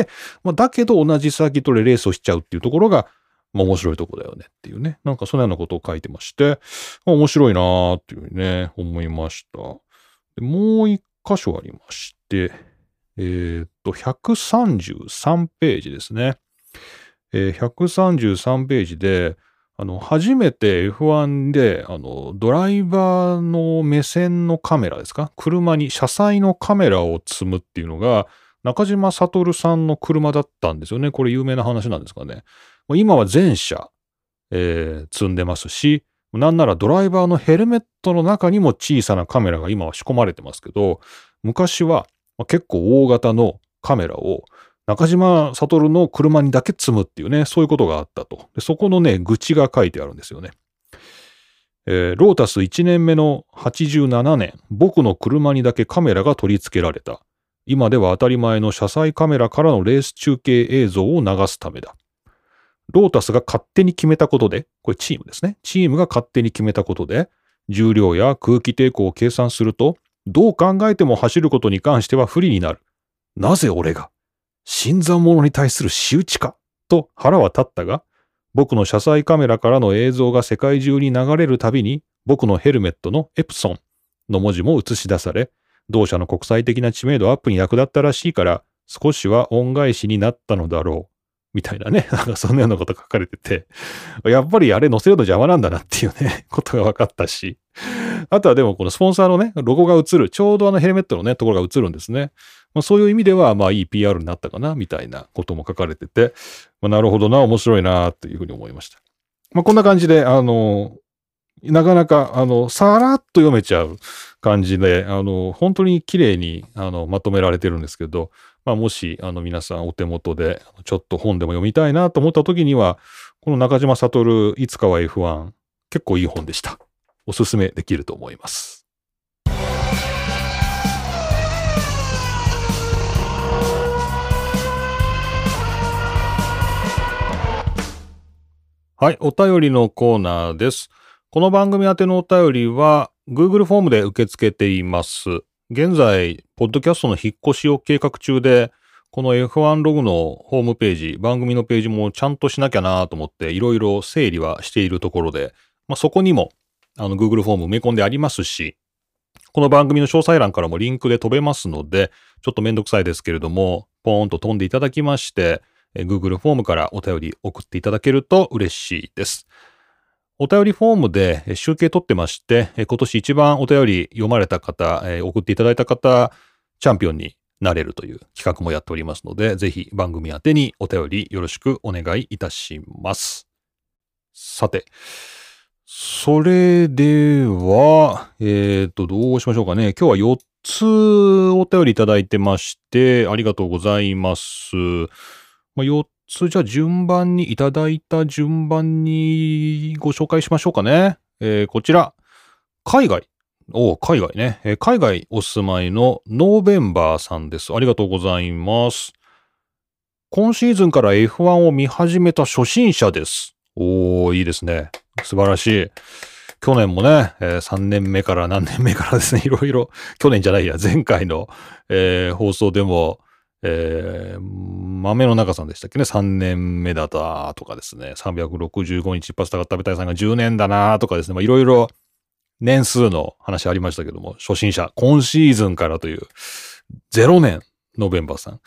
まあだけど同じサーキットでレースをしちゃうっていうところが、まあ面白いとこだよねっていうね。なんかそのようなことを書いてまして、まあ面白いなーっていうふうにね、思いました。でもう一箇所ありまして、えーっと、ひゃくさんじゅうさんページですね。えーひゃくさんじゅうさんページで、あの、初めて エフワン で、あの、ドライバーの目線のカメラですか？車に車載のカメラを積むっていうのが、中島悟さんの車だったんですよね。これ有名な話なんですかね。今は全車、えー積んでますし、なんならドライバーのヘルメットの中にも小さなカメラが今は仕込まれてますけど、昔はまあ結構大型のカメラを中島悟の車にだけ積むっていうね、そういうことがあったと。でそこのね、愚痴が書いてあるんですよね。えーロータスいちねんめのはちじゅうななねん、僕の車にだけカメラが取り付けられた。今では当たり前の車載カメラからのレース中継映像を流すためだ。ロータスが勝手に決めたことで、これチームですね。チームが勝手に決めたことで、重量や空気抵抗を計算すると、どう考えても走ることに関しては不利になる。なぜ俺が新参者に対する仕打ちかと腹は立ったが、僕の車載カメラからの映像が世界中に流れるたびに、僕のヘルメットのエプソンの文字も映し出され、同社の国際的な知名度アップに役立ったらしいから、少しは恩返しになったのだろう。みたいなね、なんかそんなようなこと書かれてて、やっぱりあれ載せるの邪魔なんだなっていうね、ことが分かったし、あとはでもこのスポンサーのね、ロゴが映る、ちょうどあのヘルメットのね、ところが映るんですね。まあ、そういう意味では、まあいい ピーアール になったかな、みたいなことも書かれてて、まあ、なるほどな、面白いな、というふうに思いました。まあこんな感じで、あの、なかなか、あの、さらっと読めちゃう感じで、あの、本当に綺麗に、あの、まとめられてるんですけど、まあ、もし、あの、皆さんお手元で、ちょっと本でも読みたいなと思った時には、この中島悟、いつかは エフワン、結構いい本でした。おすすめできると思います。はい、お便りのコーナーです。この番組宛てのお便りは Google フォームで受け付けています。現在、ポッドキャストの引っ越しを計画中で、この エフワン ログのホームページ、番組のページもちゃんとしなきゃなと思っていろいろ整理はしているところで、まあ、そこにもあの Google フォーム埋め込んでありますし、この番組の詳細欄からもリンクで飛べますので、ちょっとめんどくさいですけれども、ポーンと飛んでいただきまして、Google フォームからお便り送っていただけると嬉しいです。お便りフォームで集計取ってまして、今年一番お便り読まれた方、送っていただいた方、チャンピオンになれるという企画もやっておりますので、ぜひ番組宛てにお便りよろしくお願いいたします。さて、それでは、えっと、どうしましょうかね。今日はよっつお便りいただいてまして、ありがとうございます。まあ、よっつじゃあ順番にいただいた順番にご紹介しましょうかね。えー、こちら。海外。お海外ね、えー。海外お住まいのノーベンバーさんです。ありがとうございます。今シーズンから エフワン を見始めた初心者です。おー、いいですね。素晴らしい。去年もね、えー、さんねんめから何年目からですね、いろいろ、去年じゃないや、前回の、えー、放送でも、えー、豆の中さんでしたっけね、さんねんめだったとかですね、さんびゃくろくじゅうごにち一発高食べたいさんがじゅうねんだなとかですね、まあいろいろ年数の話ありましたけども、初心者、今シーズンからというゼロねんノベンバーさん、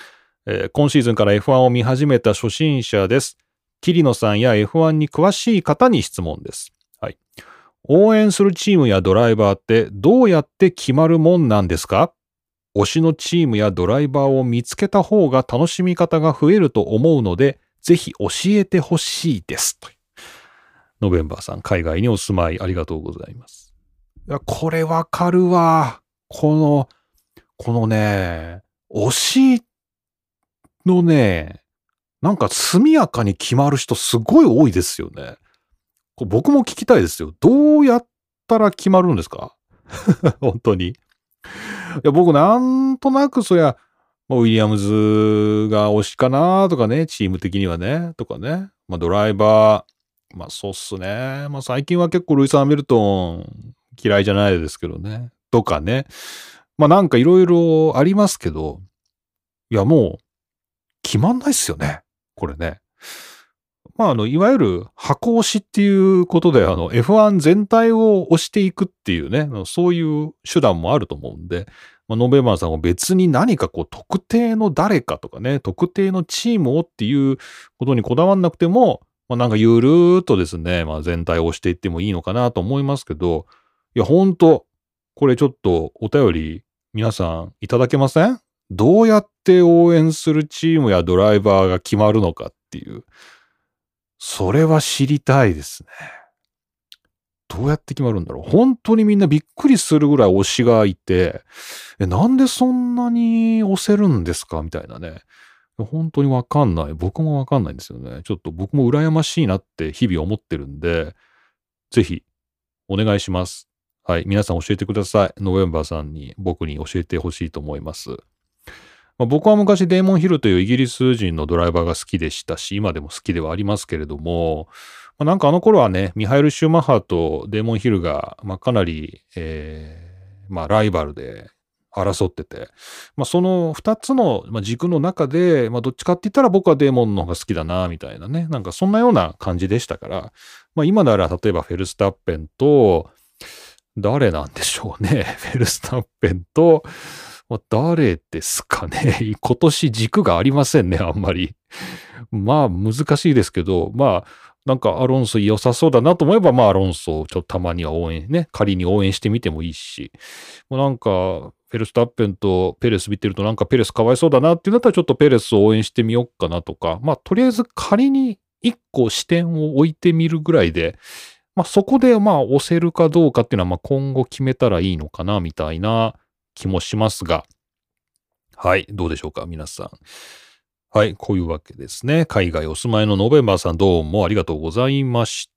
えー今シーズンから エフワン を見始めた初心者です。桐野さんや エフワン に詳しい方に質問です。はい。応援するチームやドライバーってどうやって決まるもんなんですか？推しのチームやドライバーを見つけた方が楽しみ方が増えると思うので、ぜひ教えてほしいです。というノベンバーさん、海外にお住まいありがとうございます。いや、これわかるわ。この、このね、推しのね、なんか速やかに決まる人すごい多いですよね。これ僕も聞きたいですよ。どうやったら決まるんですか？本当に。いや、僕なんとなくそりゃ、まあウィリアムズが推しかなとかね、チーム的にはね、とかね。まあドライバー、まあそうっすね。まあ最近は結構ルイス・ハミルトン嫌いじゃないですけどね。とかね。まあなんかいろいろありますけど、いやもう決まんないっすよね。これね。まああの、いわゆる箱推しっていうことで、あの エフワン 全体を推していくっていうね、そういう手段もあると思うんで、まあ、ノベマンさんも別に何かこう特定の誰かとかね、特定のチームをっていうことにこだわんなくても、まあ、なんかゆるーっとですね、まあ、全体を押していってもいいのかなと思いますけど、いや、ほんと、これちょっとお便り皆さんいただけません？どうやって応援するチームやドライバーが決まるのかっていう、それは知りたいですね。どうやって決まるんだろう。本当にみんなびっくりするぐらい推しがいて、え、なんでそんなに押せるんですかみたいなね。本当にわかんない。僕もわかんないんですよね。ちょっと僕も羨ましいなって日々思ってるんで、ぜひお願いします。はい。皆さん教えてください。ノベンバーさんに僕に教えてほしいと思います。まあ、僕は昔デーモン・ヒルというイギリス人のドライバーが好きでしたし、今でも好きではありますけれども、まあ、なんかあの頃はね、ミハイル・シューマッハとデーモン・ヒルが、まあ、かなり、えー、まあ、ライバルで争ってて、まあ、その二つの軸の中で、まあ、どっちかって言ったら僕はデーモンの方が好きだな、みたいなね、なんかそんなような感じでしたから、まあ、今なら例えばフェルスタッペンと、誰なんでしょうね。フェルスタッペンと、まあ、誰ですかね。今年軸がありませんね、あんまり。まあ、難しいですけど、まあ、なんかアロンソ良さそうだなと思えば、まあ、アロンソをちょっとたまには応援ね、仮に応援してみてもいいし、もうなんか、フェルスタッペンとペレス見てるとなんかペレスかわいそうだなっていうんだったらちょっとペレスを応援してみようかなとか、まあ、とりあえず仮に一個視点を置いてみるぐらいで、まあ、そこでまあ、押せるかどうかっていうのは、まあ、今後決めたらいいのかな、みたいな気もしますが、はい、どうでしょうか、皆さん。はい、こういうわけですね。海外お住まいのノベンバーさん、どうもありがとうございました。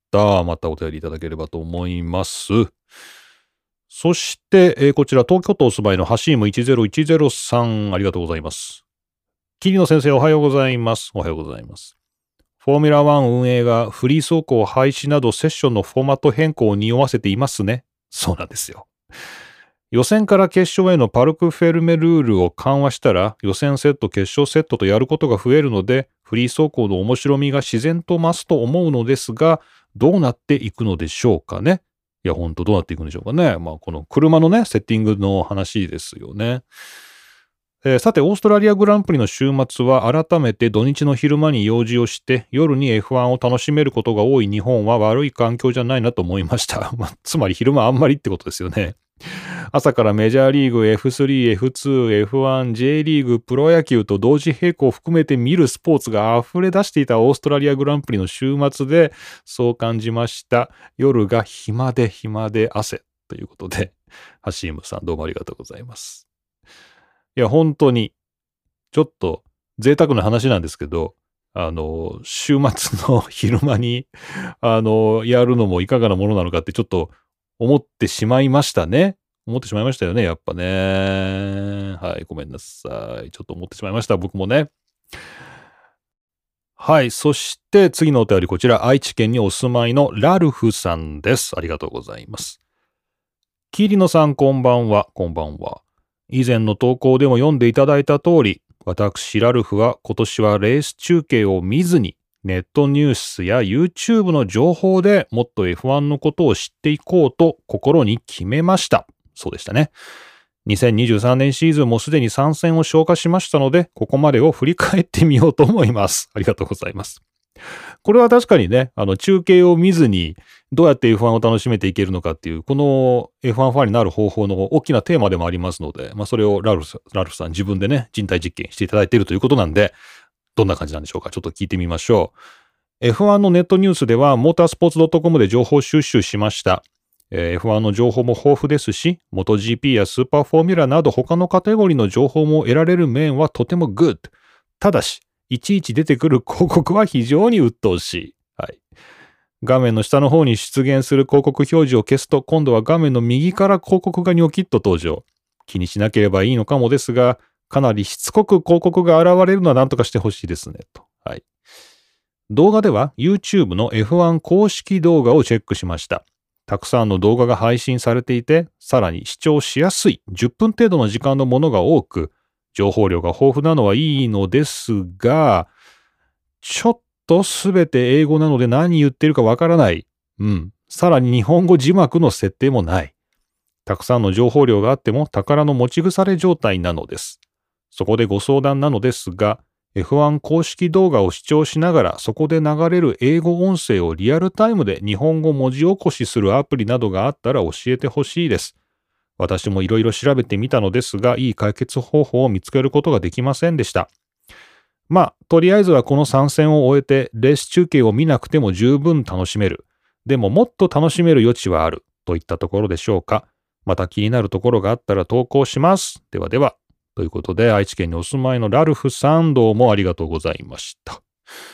またお便りいただければと思います。そして、えーこちら、東京都お住まいのハシームいちぜろいちぜろさん、ありがとうございます。桐野先生、おはようございます。おはようございます。フォーミュラワン運営がフリー走行廃止などセッションのフォーマット変更を匂わせていますね。そうなんですよ。予選から決勝へのパルクフェルメルールを緩和したら、予選セット、決勝セットとやることが増えるので、フリー走行の面白みが自然と増すと思うのですが、どうなっていくのでしょうかね。いや、ほんとどうなっていくんでしょうかね。まあ、この車のね、セッティングの話ですよね。えーさて、オーストラリアグランプリの週末は改めて土日の昼間に用事をして夜に エフワン を楽しめることが多い日本は悪い環境じゃないなと思いました。まあ、つまり昼間あんまりってことですよね。朝からメジャーリーグ エフスリー、エフツー、エフワン、J リーグ、プロ野球と同時並行を含めて見るスポーツが溢れ出していたオーストラリアグランプリの週末でそう感じました。夜が暇で暇で汗ということで、ハシームさんどうもありがとうございます。いや、本当に、ちょっと贅沢な話なんですけど、あの、週末の昼間に、あの、やるのもいかがなものなのかってちょっと思ってしまいましたね。思ってしまいましたよね、やっぱね。はい、ごめんなさい。ちょっと思ってしまいました、僕もね。はい、そして次のお便り、こちら、愛知県にお住まいのラルフさんです。ありがとうございます。桐野さん、こんばんは、こんばんは。以前の投稿でも読んでいただいた通り、私、ラルフは今年はレース中継を見ずに、ネットニュースや YouTube の情報でもっと エフワン のことを知っていこうと心に決めました。そうでしたね。 にせんにじゅうさんねんシーズンもすでに参戦を消化しましたので、ここまでを振り返ってみようと思います。ありがとうございます。これは確かにね、あの中継を見ずにどうやって エフワン を楽しめていけるのかっていう、この エフワン ファンになる方法の大きなテーマでもありますので、まあそれをラルフ、ラルフさん自分でね、人体実験していただいているということなんで、どんな感じなんでしょうか。ちょっと聞いてみましょう。エフワン のネットニュースでは、モータースポーツ .com で情報収集しました。エフワン の情報も豊富ですし、モト ジーピー やスーパーフォーミュラなど他のカテゴリーの情報も得られる面はとてもグッド。ただし、いちいち出てくる広告は非常に鬱陶しい。はい。画面の下の方に出現する広告表示を消すと、今度は画面の右から広告がニョキッと登場。気にしなければいいのかもですが、かなりしつこく広告が現れるのは何とかしてほしいですね。と。はい。動画では YouTube の エフワン 公式動画をチェックしました。たくさんの動画が配信されていて、さらに視聴しやすいじゅっぷん程度の時間のものが多く、情報量が豊富なのはいいのですが、ちょっとすべて英語なので何言ってるかわからない。うん。さらに日本語字幕の設定もない。たくさんの情報量があっても宝の持ち腐れ状態なのです。そこでご相談なのですが、エフワン 公式動画を視聴しながらそこで流れる英語音声をリアルタイムで日本語文字起こしするアプリなどがあったら教えてほしいです。私もいろいろ調べてみたのですが、いい解決方法を見つけることができませんでした。まあ、とりあえずはこの参戦を終えて、レース中継を見なくても十分楽しめる。でももっと楽しめる余地はある。といったところでしょうか。また気になるところがあったら投稿します。ではでは。ということで、愛知県にお住まいのラルフさん、どうもありがとうございました。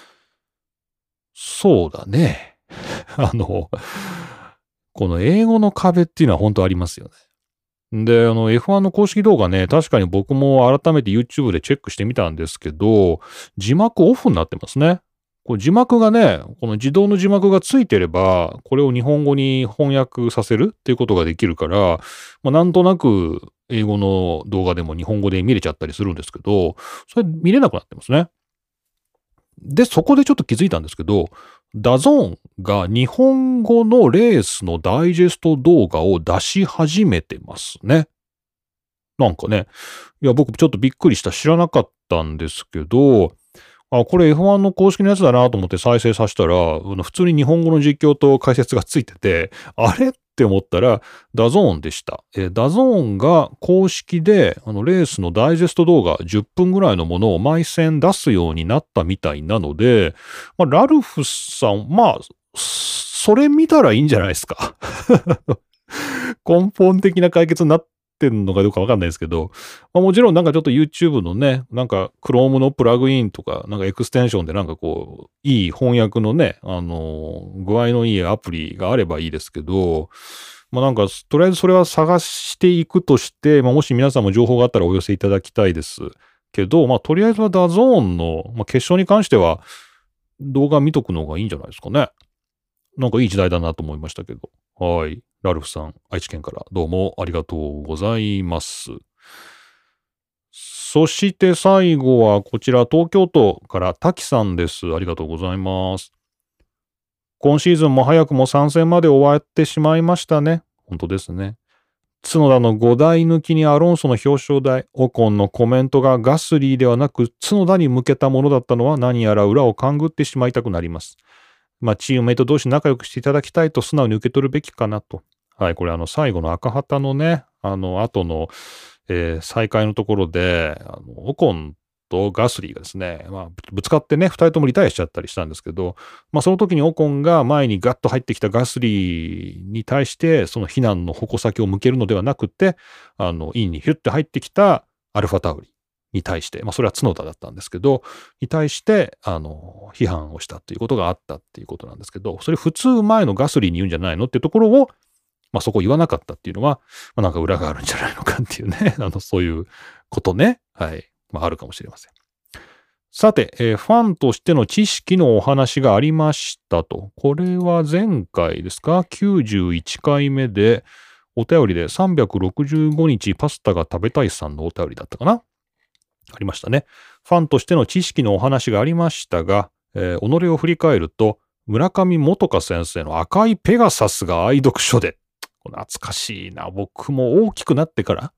そうだね。あの、この英語の壁っていうのは本当ありますよね。で、あの エフワン の公式動画ね、確かに僕も改めて YouTube でチェックしてみたんですけど、字幕オフになってますね。これ字幕がね、この自動の字幕がついてれば、これを日本語に翻訳させるっていうことができるから、まあ、なんとなく英語の動画でも日本語で見れちゃったりするんですけど、それ見れなくなってますね。で、そこでちょっと気づいたんですけど、ダゾーンが日本語のレースのダイジェスト動画を出し始めてますね。なんかね、いや、僕ちょっとびっくりした。知らなかったんですけど、あ、これ エフワン の公式のやつだなと思って再生させたら、普通に日本語の実況と解説がついてて、あれって思ったら、ダゾーンでした。えー、ダゾーンが公式で、あの、レースのダイジェスト動画じゅっぷんぐらいのものを毎戦出すようになったみたいなので、まあ、ラルフさん、まあ、それ見たらいいんじゃないですか。根本的な解決になってんのかどうかわかんないですけど、まあ、もちろんなんかちょっと YouTube のね、なんか Chrome のプラグインとか、なんかエクステンションでなんかこう、いい翻訳のね、あのー、具合のいいアプリがあればいいですけど、まあなんか、とりあえずそれは探していくとして、まあもし皆さんも情報があったらお寄せいただきたいですけど、まあとりあえずはダゾーンの、まあ、決勝に関しては動画見とくのがいいんじゃないですかね。なんかいい時代だなと思いましたけど。はい。ラルフさん、愛知県からどうもありがとうございます。そして最後はこちら東京都から滝さんです。ありがとうございます。今シーズンも早くも参戦まで終わってしまいましたね。本当ですね。角田のごだい抜きにアロンソの表彰台、オコンのコメントがガスリーではなく角田に向けたものだったのは何やら裏を勘ぐってしまいたくなります。まあ、チームメイト同士仲良くしていただきたいと素直に受け取るべきかなと。はい、これあの最後の赤旗のね、あの後の、えー、再開のところで、あのオコンとガスリーがですね、まあ、ぶつかってね、二人ともリタイアしちゃったりしたんですけど、まあその時にオコンが前にガッと入ってきたガスリーに対して、その非難の矛先を向けるのではなくて、あの、インにヒュッて入ってきたアルファタウリに対して、まあそれは角田だったんですけど、に対して、あの、批判をしたということがあったっていうことなんですけど、それ普通前のガスリーに言うんじゃないのっていうところを、まあそこ言わなかったっていうのは、まあなんか裏があるんじゃないのかっていうね、あの、そういうことね。はい。まああるかもしれません。さて、えー、ファンとしての知識のお話がありましたと。これは前回ですか ?きゅうじゅういちかいめで、お便りでさんびゃくろくじゅうごにちパスタが食べたいさんのお便りだったかなありましたね。ファンとしての知識のお話がありましたが、えー、己を振り返ると、村上元香先生の赤いペガサスが愛読書で、懐かしいな。僕も大きくなってから、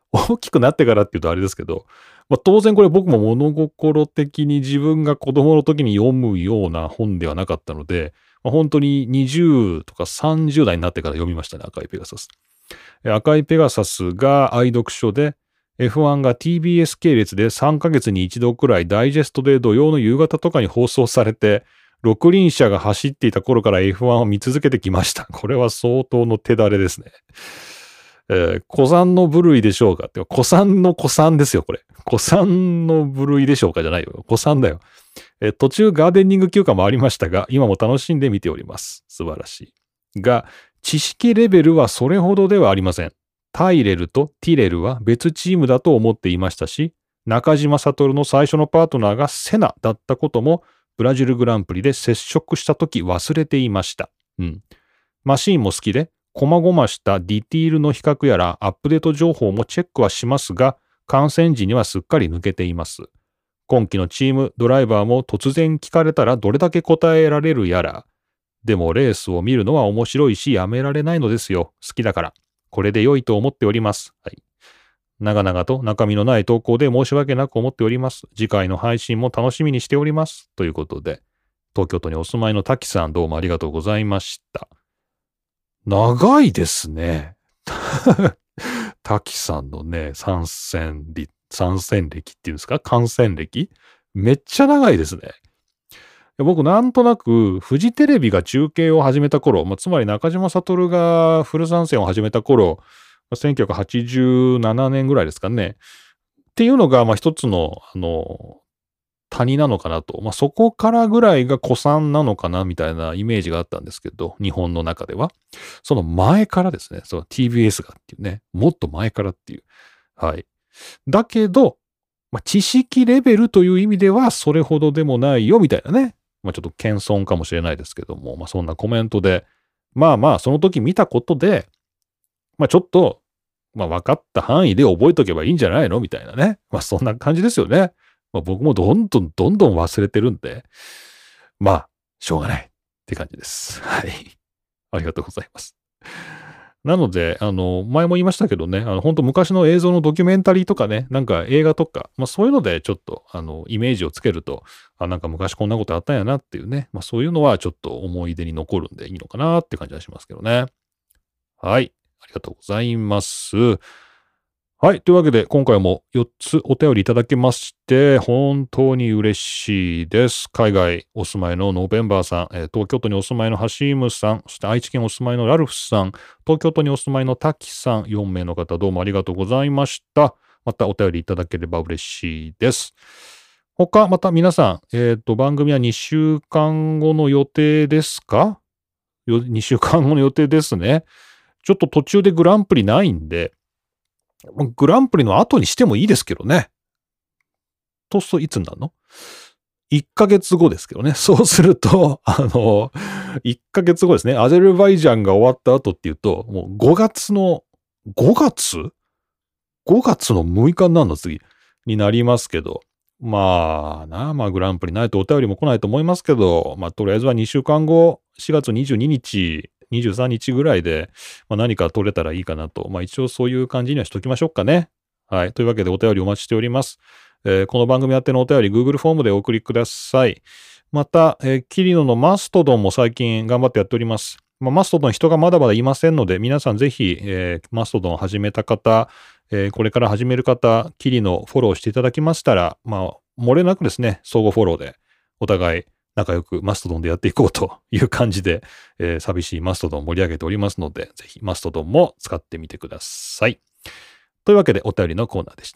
大きくなってからっていうとあれですけど、まあ、当然これ僕も物心的に自分が子供の時に読むような本ではなかったので、まあ、本当ににじゅうとかさんじゅう代になってから読みましたね、赤いペガサス。赤いペガサスが愛読書で、エフワン が ティービーエス 系列でさんかげつに一度くらいダイジェストで土曜の夕方とかに放送されて、六輪車が走っていた頃から エフワン を見続けてきました。これは相当の手だれですね。えー、古参の部類でしょうかって、古参の古参ですよ、これ。古参の部類でしょうかじゃないよ。古参だよ。えー、途中ガーデニング休暇もありましたが、今も楽しんで見ております。素晴らしい。が、知識レベルはそれほどではありません。タイレルとティレルは別チームだと思っていましたし、中島悟の最初のパートナーがセナだったことも、ブラジルグランプリで接触した時忘れていました。うん。マシーンも好きで、細々したディティールの比較やらアップデート情報もチェックはしますが、観戦時にはすっかり抜けています。今季のチーム、ドライバーも突然聞かれたらどれだけ答えられるやら。でもレースを見るのは面白いしやめられないのですよ。好きだから。これで良いと思っております。はい。長々と中身のない投稿で申し訳なく思っております。次回の配信も楽しみにしております。ということで、東京都にお住まいの滝さんどうもありがとうございました。長いですね。滝さんのね、参戦歴、参戦歴っていうんですか？観戦歴めっちゃ長いですね。僕なんとなくフジテレビが中継を始めた頃、まあ、つまり中島悟がフル参戦を始めた頃、せんきゅうひゃくはちじゅうななねんぐらいですかね。っていうのが、まあ一つの、あの、谷なのかなと。まあそこからぐらいが古参なのかなみたいなイメージがあったんですけど、日本の中では。その前からですね、その ティービーエス がっていうね、もっと前からっていう。はい。だけど、まあ知識レベルという意味ではそれほどでもないよみたいなね。まあちょっと謙遜かもしれないですけども、まあそんなコメントで、まあまあその時見たことで、まあちょっと、まあ分かった範囲で覚えとけばいいんじゃないのみたいなね。まあそんな感じですよね。まあ僕もどんどんどんどん忘れてるんで、まあ、しょうがないって感じです。はい。ありがとうございます。なので、あの、前も言いましたけどね、あの、本当昔の映像のドキュメンタリーとかね、なんか映画とか、まあそういうのでちょっと、あの、イメージをつけると、あ、なんか昔こんなことあったんやなっていうね、まあそういうのはちょっと思い出に残るんでいいのかなって感じはしますけどね。はい。ありがとうございます。はい。というわけで、今回もよっつお便りいただきまして、本当に嬉しいです。海外お住まいのノーベンバーさん、えー東京都にお住まいのハシームさん、そして愛知県お住まいのラルフさん、東京都にお住まいのタキさん、よん名の方どうもありがとうございました。またお便りいただければ嬉しいです。他、また皆さん、えっと、番組はにしゅうかんごの予定ですか？よにしゅうかんごの予定ですね。ちょっと途中でグランプリないんで、グランプリの後にしてもいいですけどね。とすといつになるの ?いっ ヶ月後ですけどね。そうすると、あの、いっかげつごですね。アゼルバイジャンが終わった後っていうと、もうごがつの、ごがつ ?ご 月のむいかになるの次になりますけど。まあな、まあグランプリないとお便りも来ないと思いますけど、まあとりあえずはにしゅうかんご、しがつにじゅうににち、にじゅうさんにちぐらいで、まあ、何か取れたらいいかなと。まあ一応そういう感じにはしときましょうかね。はい。というわけでお便りお待ちしております。えーこの番組宛てのお便り Google フォームでお送りください。また、えーキリノのマストドンも最近頑張ってやっております。まあ、マストドン人がまだまだいませんので、皆さんぜひ、えーマストドンを始めた方、えーこれから始める方、キリノフォローしていただきましたら、まあ、漏れなくですね、相互フォローで、お互い仲良くマストドンでやっていこうという感じで、えー寂しいマストドンを盛り上げておりますので、ぜひマストドンも使ってみてください。というわけでお便りのコーナーでした。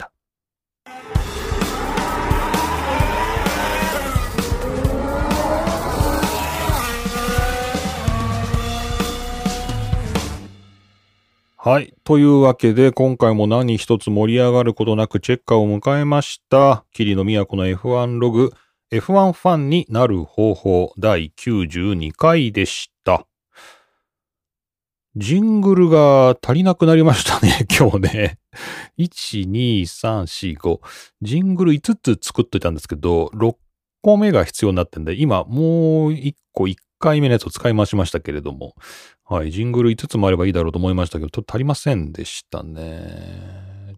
はい。というわけで、今回も何一つ盛り上がることなくチェッカーを迎えました。霧の都の エフワン ログ、エフワン ファンになる方法だいきゅうじゅうにかいでした。ジングルが足りなくなりましたね、今日ね。いち、に、さん、よん、ご。ジングルいつつ作っといたんですけど、ろっこめが必要になってんで、今もういっこいっかいめのやつを使い回しましたけれども、はい、ジングルいつつもあればいいだろうと思いましたけど、ちょっと足りませんでしたね。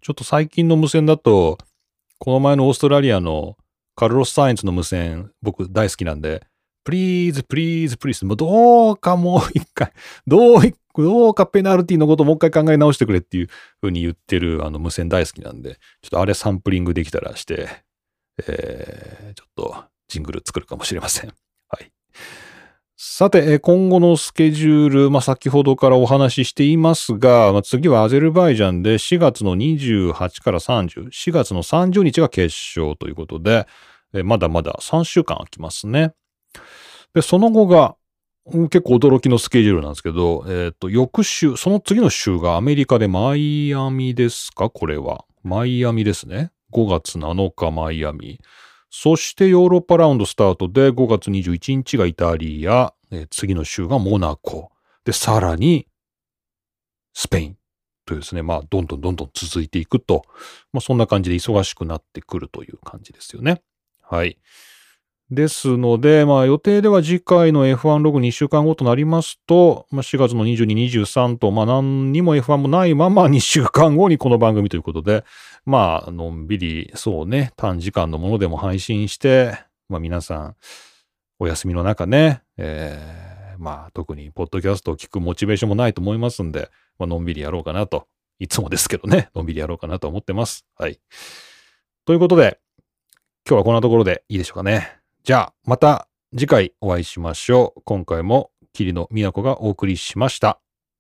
ちょっと最近の無線だと、この前のオーストラリアのカルロス・サインズの無線、僕大好きなんで、プリーズ、プリーズ、プリーズ、もうどうかもう一回、どう、どうかペナルティのこともう一回考え直してくれっていう風に言ってるあの無線大好きなんで、ちょっとあれサンプリングできたらして、えー、ちょっとジングル作るかもしれません。はい。さて、今後のスケジュール、まあ、先ほどからお話ししていますが、まあ、次はアゼルバイジャンでしがつのにじゅうはちからさんじゅう、しがつのさんじゅうにちが決勝ということで、えまだまださんしゅうかん空きますね。で、その後が、結構驚きのスケジュールなんですけど、えっと、翌週、その次の週がアメリカでマイアミですかこれは。マイアミですね。ごがつなのかマイアミ。そしてヨーロッパラウンドスタートでごがつにじゅういちにちがイタリア、えー次の週がモナコ。で、さらにスペインというですね、まあ、どんどんどんどん続いていくと、まあ、そんな感じで忙しくなってくるという感じですよね。はい。ですので、まあ予定では次回の エフワン ログにしゅうかんごとなりますと、まあ、しがつのにじゅうに、にじゅうさんと、まあ何にも エフワン もないままにしゅうかんごにこの番組ということで、まあのんびり、そうね、短時間のものでも配信して、まあ皆さん、お休みの中ね、えー、まあ特にポッドキャストを聞くモチベーションもないと思いますんで、まあのんびりやろうかなと、いつもですけどね、のんびりやろうかなと思ってます。はい。ということで、今日はこんなところでいいでしょうかね。じゃあ、また次回お会いしましょう。今回も桐野都がお送りしました。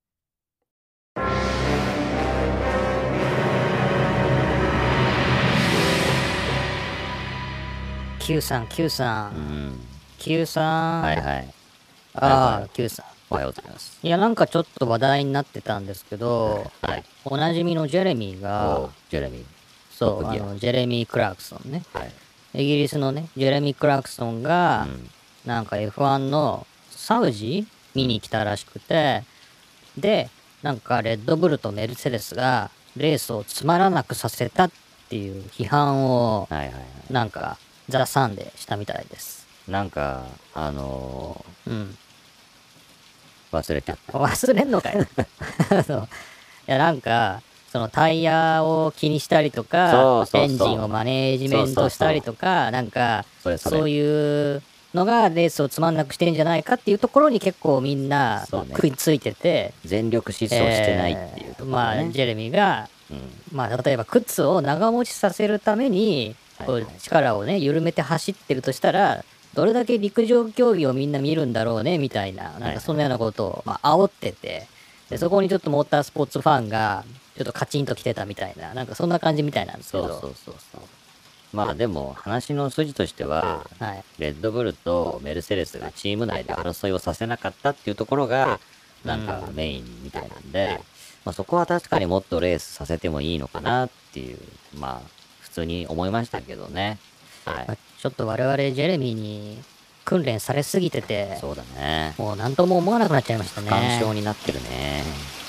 Q さん、Q さうんん。 Q さん。 はいはい。 ああ、 はいはい Q さん。 おはようございます。 いや、なんかちょっと話題になってたんですけど、 はい。 おなじみのジェレミーおが、 ジェレミー。 そう、 トップギアあの、ジェレミー・クラークソンね。 はい。 イギリスのね、ジェレミー・クラークソンが、 うん。 なんか エフワン のサウジ見に来たらしくて、で、なんかレッドブルとメルセデスがレースをつまらなくさせたっていう批判を、 はいはいはい。 なんか、ザ・サンでしたみたいです。 なんか、あのうん。 ー、忘れちゃった。 忘れんのかよ。あのいや、なんか、そのタイヤを気にしたりとか、 そうそうそうエンジンをマネージメントしたりとか、なんか、 それそれそういうのがレースをつまんなくしてんじゃないかっていうところに結構みんなそうね食いついてて、 全力疾走してないっていうところまあ、 ね。 ジェレミーが、 うん。 まあ、例えば靴を長持ちさせるために、こはいう力をね、緩めて走ってるとしたら、どれだけ陸上競技をみんな見るんだろうね、みたいな、なんかそんなようなことを、まあ、煽ってて、で、そこにちょっとモータースポーツファンが、ちょっとカチンと来てたみたいな、なんかそんな感じみたいなんですけど、 そうそうそうそう。まあでも、話の筋としては、 はい。 レッドブルとメルセデスがチーム内で争いをさせなかったっていうところが、なんかメインみたいなんで、まあそこは確かにもっとレースさせてもいいのかなっていう、まあ、普通に思いましたけどね。はいまあ。ちょっと我々ジェレミーに訓練されすぎてて、 そうだね。 もう何とも思わなくなっちゃいました干ね。 渉になってるね。